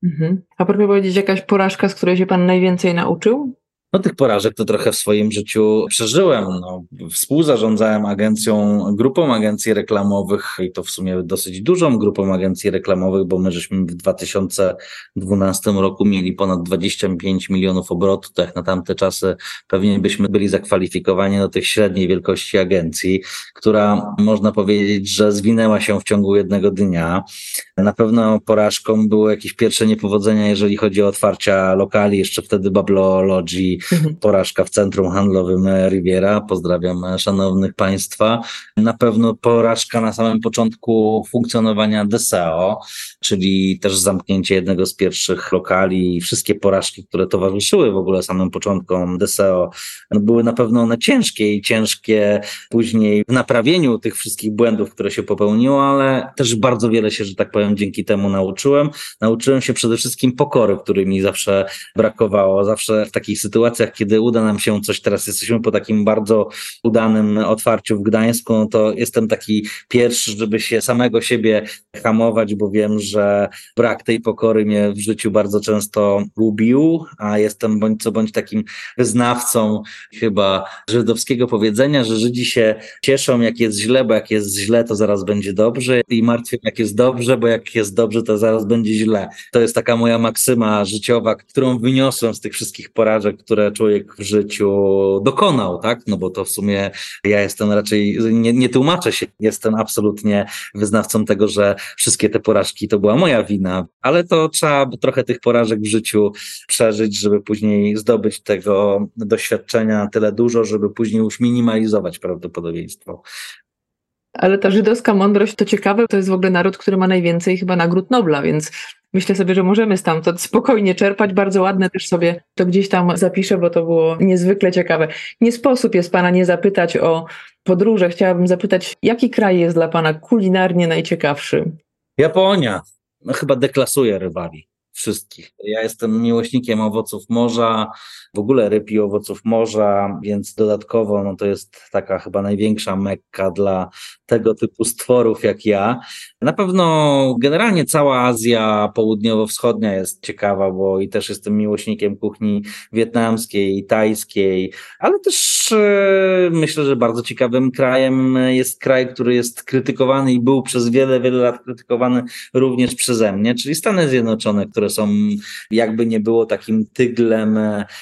A proszę powiedzieć, jakaś porażka, z której się Pan najwięcej nauczył? No tych porażek to trochę w swoim życiu przeżyłem. Współzarządzałem grupą agencji reklamowych i to w sumie dosyć dużą grupą agencji reklamowych, bo my żeśmy w 2012 roku mieli ponad 25 milionów obrotu. Tak na tamte czasy pewnie byśmy byli zakwalifikowani do tych średniej wielkości agencji, która można powiedzieć, że zwinęła się w ciągu jednego dnia. Na pewno porażką były jakieś pierwsze niepowodzenia, jeżeli chodzi o otwarcia lokali, jeszcze wtedy Bablologii, porażka w centrum handlowym Riviera. Pozdrawiam szanownych Państwa. Na pewno porażka na samym początku funkcjonowania Deseo, czyli też zamknięcie jednego z pierwszych lokali i wszystkie porażki, które towarzyszyły w ogóle samym początkom Deseo, były na pewno one ciężkie później w naprawieniu tych wszystkich błędów, które się popełniło, ale też bardzo wiele się, że tak powiem, dzięki temu nauczyłem. Nauczyłem się przede wszystkim pokory, której mi zawsze brakowało. Zawsze w takich sytuacjach, kiedy uda nam się coś, teraz jesteśmy po takim bardzo udanym otwarciu w Gdańsku, no to jestem taki pierwszy, żeby się samego siebie hamować, bo wiem, że brak tej pokory mnie w życiu bardzo często gubił, a jestem bądź co bądź takim wyznawcą chyba żydowskiego powiedzenia, że Żydzi się cieszą, jak jest źle, bo jak jest źle, to zaraz będzie dobrze i martwią, jak jest dobrze, bo jak jest dobrze, to zaraz będzie źle. To jest taka moja maksyma życiowa, którą wyniosłem z tych wszystkich porażek, które które człowiek w życiu dokonał, tak? No bo to w sumie ja jestem raczej, nie tłumaczę się, jestem absolutnie wyznawcą tego, że wszystkie te porażki to była moja wina, ale to trzeba trochę tych porażek w życiu przeżyć, żeby później zdobyć tego doświadczenia tyle dużo, żeby później już minimalizować prawdopodobieństwo. Ale ta żydowska mądrość, to ciekawe, to jest w ogóle naród, który ma najwięcej chyba nagród Nobla, więc myślę sobie, że możemy stamtąd spokojnie czerpać. Bardzo ładne też sobie to gdzieś tam zapiszę, bo to było niezwykle ciekawe. Nie sposób jest pana nie zapytać o podróże. Chciałabym zapytać, jaki kraj jest dla pana kulinarnie najciekawszy? Japonia. No chyba deklasuje rywali. Wszystkich. Ja jestem miłośnikiem owoców morza, w ogóle ryb i owoców morza, więc dodatkowo no to jest taka chyba największa Mekka dla tego typu stworów jak ja. Na pewno generalnie cała Azja południowo-wschodnia jest ciekawa, bo i też jestem miłośnikiem kuchni wietnamskiej i tajskiej, ale też myślę, że bardzo ciekawym krajem jest kraj, który jest krytykowany i był przez wiele, wiele lat krytykowany również przeze mnie, czyli Stany Zjednoczone, które są jakby nie było takim tyglem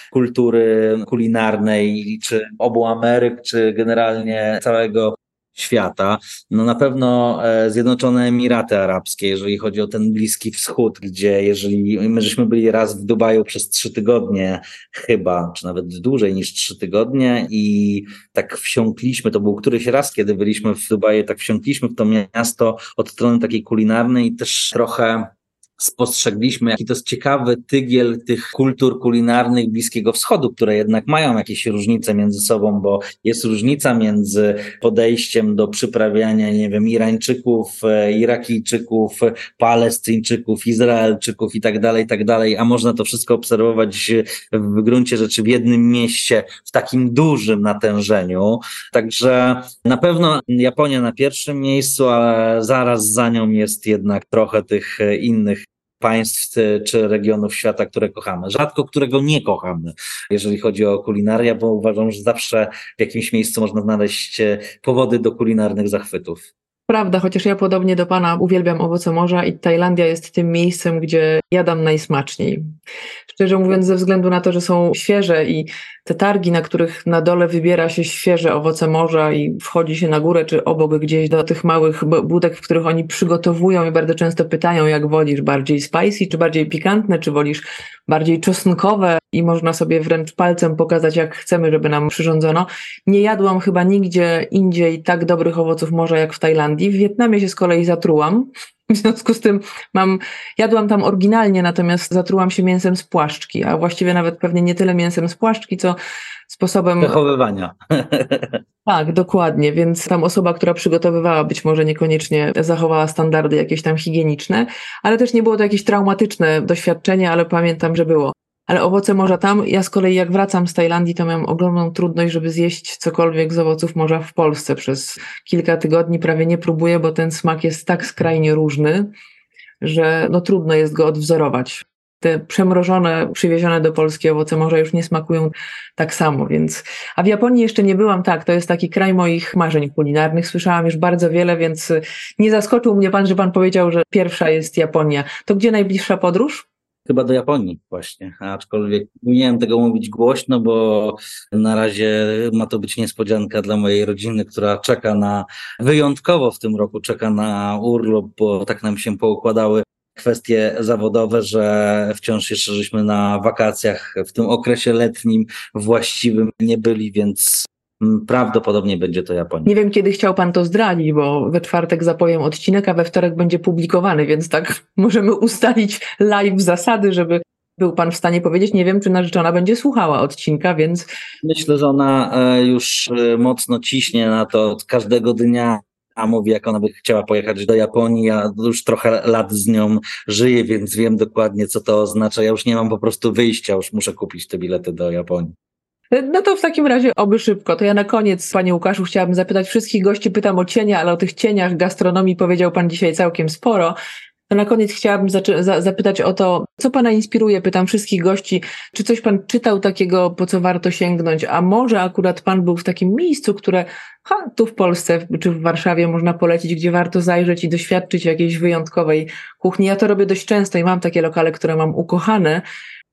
kultury kulinarnej, czy obu Ameryk, czy generalnie całego świata. No na pewno Zjednoczone Emiraty Arabskie, jeżeli chodzi o ten Bliski Wschód, gdzie jeżeli my żeśmy byli raz w Dubaju przez 3 tygodnie chyba, czy nawet dłużej niż 3 tygodnie i tak wsiąkliśmy, to był któryś raz, kiedy byliśmy w Dubaju, tak wsiąkliśmy w to miasto od strony takiej kulinarnej i też trochę spostrzegliśmy, jaki to jest ciekawy tygiel tych kultur kulinarnych Bliskiego Wschodu, które jednak mają jakieś różnice między sobą, bo jest różnica między podejściem do przyprawiania, nie wiem, Irańczyków, Irakijczyków, Palestyńczyków, Izraelczyków i tak dalej, a można to wszystko obserwować w gruncie rzeczy w jednym mieście, w takim dużym natężeniu. Także na pewno Japonia na pierwszym miejscu, ale zaraz za nią jest jednak trochę tych innych państw czy regionów świata, które kochamy. Rzadko którego nie kochamy, jeżeli chodzi o kulinarię, bo uważam, że zawsze w jakimś miejscu można znaleźć powody do kulinarnych zachwytów. Prawda, chociaż ja podobnie do pana uwielbiam owoce morza i Tajlandia jest tym miejscem, gdzie jadam najsmaczniej. Szczerze mówiąc, ze względu na to, że są świeże i te targi, na których na dole wybiera się świeże owoce morza i wchodzi się na górę czy obok gdzieś do tych małych budek, w których oni przygotowują i bardzo często pytają, jak wolisz, bardziej spicy czy bardziej pikantne, czy wolisz bardziej czosnkowe i można sobie wręcz palcem pokazać, jak chcemy, żeby nam przyrządzono. Nie jadłam chyba nigdzie indziej tak dobrych owoców morza jak w Tajlandii. W Wietnamie się z kolei zatrułam. W związku z tym jadłam tam oryginalnie, natomiast zatrułam się mięsem z płaszczki, a właściwie nawet pewnie nie tyle mięsem z płaszczki, co sposobem przechowywania. Tak, dokładnie, więc tam osoba, która przygotowywała, być może niekoniecznie zachowała standardy jakieś tam higieniczne, ale też nie było to jakieś traumatyczne doświadczenie, ale pamiętam, że było. Ale owoce morza tam, ja z kolei jak wracam z Tajlandii, to miałam ogromną trudność, żeby zjeść cokolwiek z owoców morza w Polsce. Przez kilka tygodni prawie nie próbuję, bo ten smak jest tak skrajnie różny, że no trudno jest go odwzorować. Te przemrożone, przywiezione do Polski owoce morza już nie smakują tak samo, więc... A w Japonii jeszcze nie byłam, tak, to jest taki kraj moich marzeń kulinarnych. Słyszałam już bardzo wiele, więc nie zaskoczył mnie pan, że pan powiedział, że pierwsza jest Japonia. To gdzie najbliższa podróż? Chyba do Japonii właśnie, aczkolwiek nie miałem tego mówić głośno, bo na razie ma to być niespodzianka dla mojej rodziny, która czeka wyjątkowo w tym roku czeka na urlop, bo tak nam się poukładały kwestie zawodowe, że wciąż jeszcze żeśmy na wakacjach w tym okresie letnim właściwym nie byli, więc prawdopodobnie będzie to Japonia. Nie wiem, kiedy chciał pan to zdradzić, bo we czwartek zapowiem odcinek, a we wtorek będzie publikowany, więc tak możemy ustalić live zasady, żeby był pan w stanie powiedzieć. Nie wiem, czy narzeczona będzie słuchała odcinka, więc... Myślę, że ona już mocno ciśnie na to od każdego dnia, a mówi, jak ona by chciała pojechać do Japonii. Ja już trochę lat z nią żyję, więc wiem dokładnie, co to oznacza. Ja już nie mam po prostu wyjścia, już muszę kupić te bilety do Japonii. No to w takim razie oby szybko. To ja na koniec, panie Łukaszu, chciałabym zapytać wszystkich gości, pytam o cienia, ale o tych cieniach gastronomii powiedział pan dzisiaj całkiem sporo. To na koniec chciałabym zapytać o to, co pana inspiruje, pytam wszystkich gości, czy coś pan czytał takiego, po co warto sięgnąć, a może akurat pan był w takim miejscu, które tu w Polsce czy w Warszawie można polecić, gdzie warto zajrzeć i doświadczyć jakiejś wyjątkowej kuchni. Ja to robię dość często i mam takie lokale, które mam ukochane,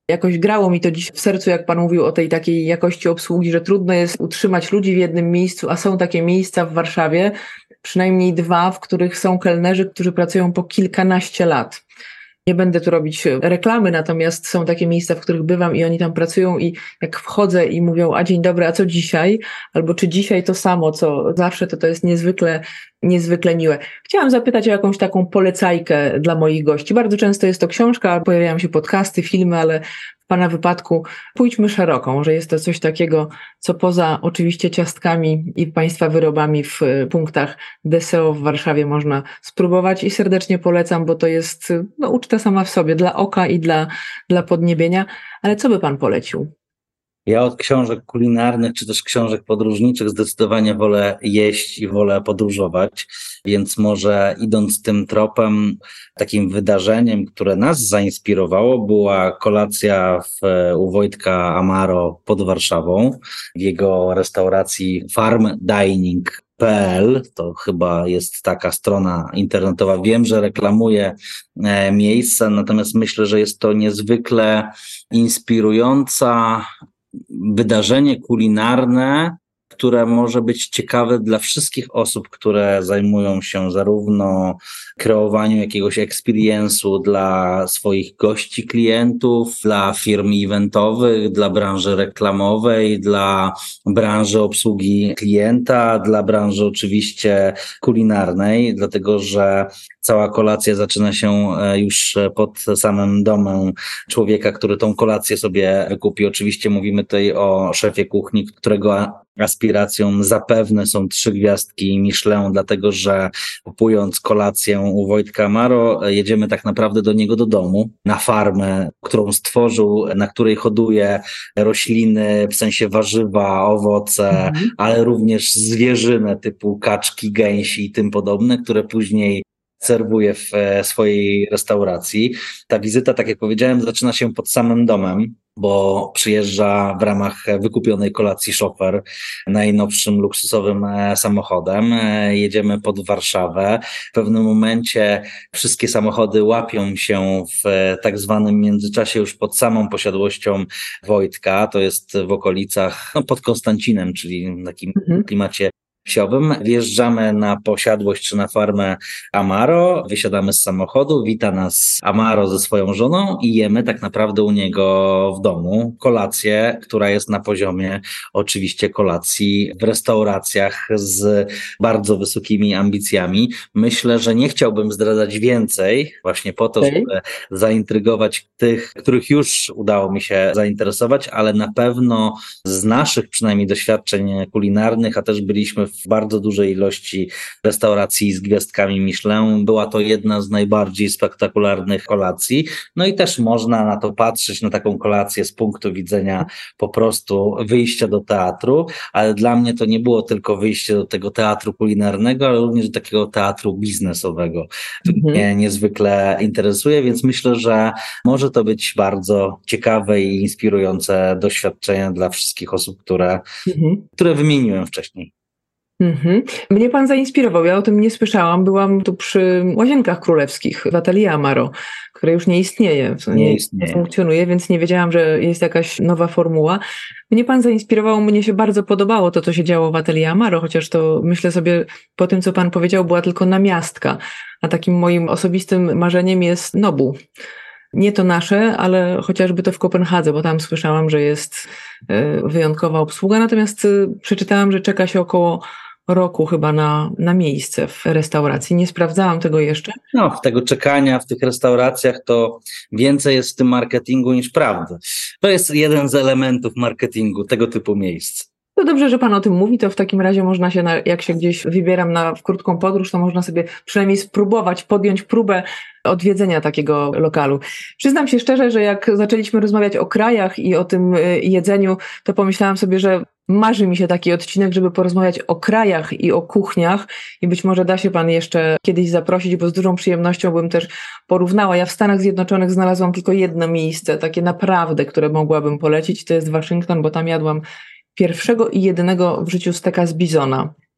Jakoś grało mi to dziś w sercu, jak pan mówił o tej takiej jakości obsługi, że trudno jest utrzymać ludzi w jednym miejscu, a są takie miejsca w Warszawie, przynajmniej 2, w których są kelnerzy, którzy pracują po kilkanaście lat. Nie będę tu robić reklamy, natomiast są takie miejsca, w których bywam i oni tam pracują i jak wchodzę i mówią, a dzień dobry, a co dzisiaj? Albo czy dzisiaj to samo, co zawsze, to jest niezwykle miłe. Chciałam zapytać o jakąś taką polecajkę dla moich gości. Bardzo często jest to książka, pojawiają się podcasty, filmy, ale w pana wypadku pójdźmy szeroko, że jest to coś takiego, co poza oczywiście ciastkami i państwa wyrobami w punktach DSO w Warszawie można spróbować i serdecznie polecam, bo to jest uczta sama w sobie, dla oka i dla podniebienia. Ale co by pan polecił? Ja od książek kulinarnych czy też książek podróżniczych zdecydowanie wolę jeść i wolę podróżować, więc może idąc tym tropem, takim wydarzeniem, które nas zainspirowało, była kolacja u Wojtka Amaro pod Warszawą w jego restauracji farmdining.pl. To chyba jest taka strona internetowa. Wiem, że reklamuje miejsce, natomiast myślę, że jest to niezwykle inspirująca wydarzenie kulinarne, które może być ciekawe dla wszystkich osób, które zajmują się zarówno kreowaniem jakiegoś experience'u dla swoich gości, klientów, dla firm eventowych, dla branży reklamowej, dla branży obsługi klienta, dla branży oczywiście kulinarnej, dlatego że cała kolacja zaczyna się już pod samym domem człowieka, który tą kolację sobie kupi. Oczywiście mówimy tutaj o szefie kuchni, którego aspiracją zapewne są 3 gwiazdki Michelin, dlatego że kupując kolację u Wojtka Amaro, jedziemy tak naprawdę do niego do domu, na farmę, którą stworzył, na której hoduje rośliny, w sensie warzywa, owoce, ale również zwierzynę typu kaczki, gęsi i tym podobne, które później serwuje w swojej restauracji. Ta wizyta, tak jak powiedziałem, zaczyna się pod samym domem, bo przyjeżdża w ramach wykupionej kolacji szofer najnowszym luksusowym samochodem. Jedziemy pod Warszawę. W pewnym momencie wszystkie samochody łapią się w tak zwanym międzyczasie już pod samą posiadłością Wojtka. To jest w okolicach, pod Konstancinem, czyli w takim klimacie wsiowym. Wjeżdżamy na posiadłość czy na farmę Amaro, wysiadamy z samochodu, wita nas Amaro ze swoją żoną i jemy tak naprawdę u niego w domu kolację, która jest na poziomie oczywiście kolacji w restauracjach z bardzo wysokimi ambicjami. Myślę, że nie chciałbym zdradzać więcej, właśnie po to, żeby zaintrygować tych, których już udało mi się zainteresować, ale na pewno z naszych przynajmniej doświadczeń kulinarnych, a też byliśmy w bardzo dużej ilości restauracji z gwiazdkami Michelin. Była to jedna z najbardziej spektakularnych kolacji. No i też można na to patrzeć, na taką kolację z punktu widzenia po prostu wyjścia do teatru, ale dla mnie to nie było tylko wyjście do tego teatru kulinarnego, ale również do takiego teatru biznesowego. To mnie niezwykle interesuje, więc myślę, że może to być bardzo ciekawe i inspirujące doświadczenia dla wszystkich osób, które wymieniłem wcześniej. Mnie pan zainspirował, ja o tym nie słyszałam. Byłam tu przy Łazienkach Królewskich w Atelier Amaro, które już nie istnieje, nie funkcjonuje, więc nie wiedziałam, że jest jakaś nowa formuła. Mnie pan zainspirował, mnie się bardzo podobało to, co się działo w Atelier Amaro, chociaż to myślę sobie, po tym, co pan powiedział, była tylko namiastka, a takim moim osobistym marzeniem jest Nobu. Nie to nasze, ale chociażby to w Kopenhadze, bo tam słyszałam, że jest wyjątkowa obsługa, natomiast przeczytałam, że czeka się około roku chyba na miejsce w restauracji. Nie sprawdzałam tego jeszcze. No, tego czekania w tych restauracjach to więcej jest w tym marketingu niż prawdy. To jest jeden z elementów marketingu tego typu miejsc. To dobrze, że pan o tym mówi, to w takim razie można się, jak się gdzieś wybieram w krótką podróż, to można sobie przynajmniej spróbować, podjąć próbę odwiedzenia takiego lokalu. Przyznam się szczerze, że jak zaczęliśmy rozmawiać o krajach i o tym jedzeniu, to pomyślałam sobie, że marzy mi się taki odcinek, żeby porozmawiać o krajach i o kuchniach i być może da się pan jeszcze kiedyś zaprosić, bo z dużą przyjemnością bym też porównała. Ja w Stanach Zjednoczonych znalazłam tylko jedno miejsce, takie naprawdę, które mogłabym polecić, to jest Waszyngton, bo tam jadłam pierwszego i jedynego w życiu steka z bizona.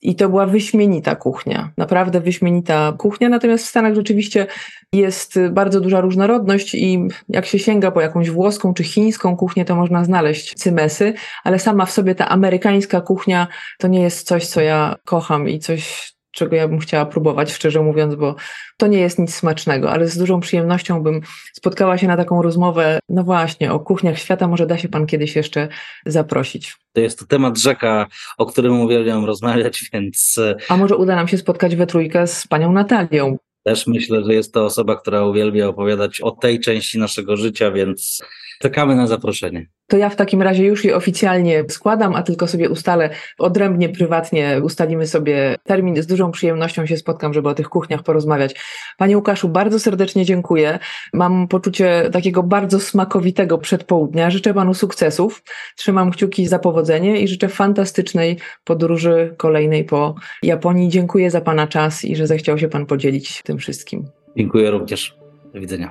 I to była wyśmienita kuchnia, naprawdę wyśmienita kuchnia, natomiast w Stanach rzeczywiście jest bardzo duża różnorodność i jak się sięga po jakąś włoską czy chińską kuchnię, to można znaleźć cymesy, ale sama w sobie ta amerykańska kuchnia to nie jest coś, co ja kocham i coś, czego ja bym chciała próbować, szczerze mówiąc, bo to nie jest nic smacznego, ale z dużą przyjemnością bym spotkała się na taką rozmowę, no właśnie, o kuchniach świata, może da się pan kiedyś jeszcze zaprosić. To jest to temat rzeka, o którym uwielbiam rozmawiać, więc A może uda nam się spotkać we trójkę z panią Natalią. też myślę, że jest to osoba, która uwielbia opowiadać o tej części naszego życia, więc czekamy na zaproszenie. To ja w takim razie już je oficjalnie składam, a tylko sobie ustalę odrębnie, prywatnie ustalimy sobie termin. Z dużą przyjemnością się spotkam, żeby o tych kuchniach porozmawiać. Panie Łukaszu, bardzo serdecznie dziękuję. Mam poczucie takiego bardzo smakowitego przedpołudnia. Życzę panu sukcesów, trzymam kciuki za powodzenie i życzę fantastycznej podróży kolejnej po Japonii. Dziękuję za pana czas i że zechciał się pan podzielić tym wszystkim. Dziękuję również. Do widzenia.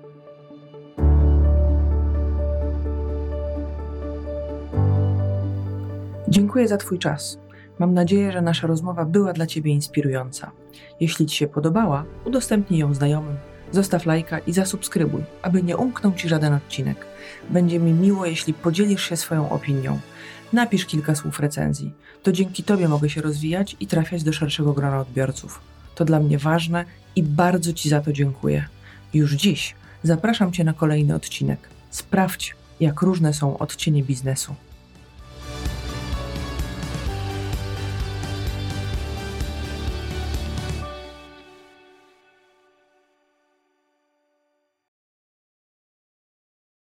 Dziękuję za twój czas. Mam nadzieję, że nasza rozmowa była dla ciebie inspirująca. Jeśli ci się podobała, udostępnij ją znajomym, zostaw lajka i zasubskrybuj, aby nie umknął ci żaden odcinek. Będzie mi miło, jeśli podzielisz się swoją opinią. Napisz kilka słów recenzji. To dzięki tobie mogę się rozwijać i trafiać do szerszego grona odbiorców. To dla mnie ważne i bardzo ci za to dziękuję. Już dziś zapraszam cię na kolejny odcinek. Sprawdź, jak różne są odcienie biznesu.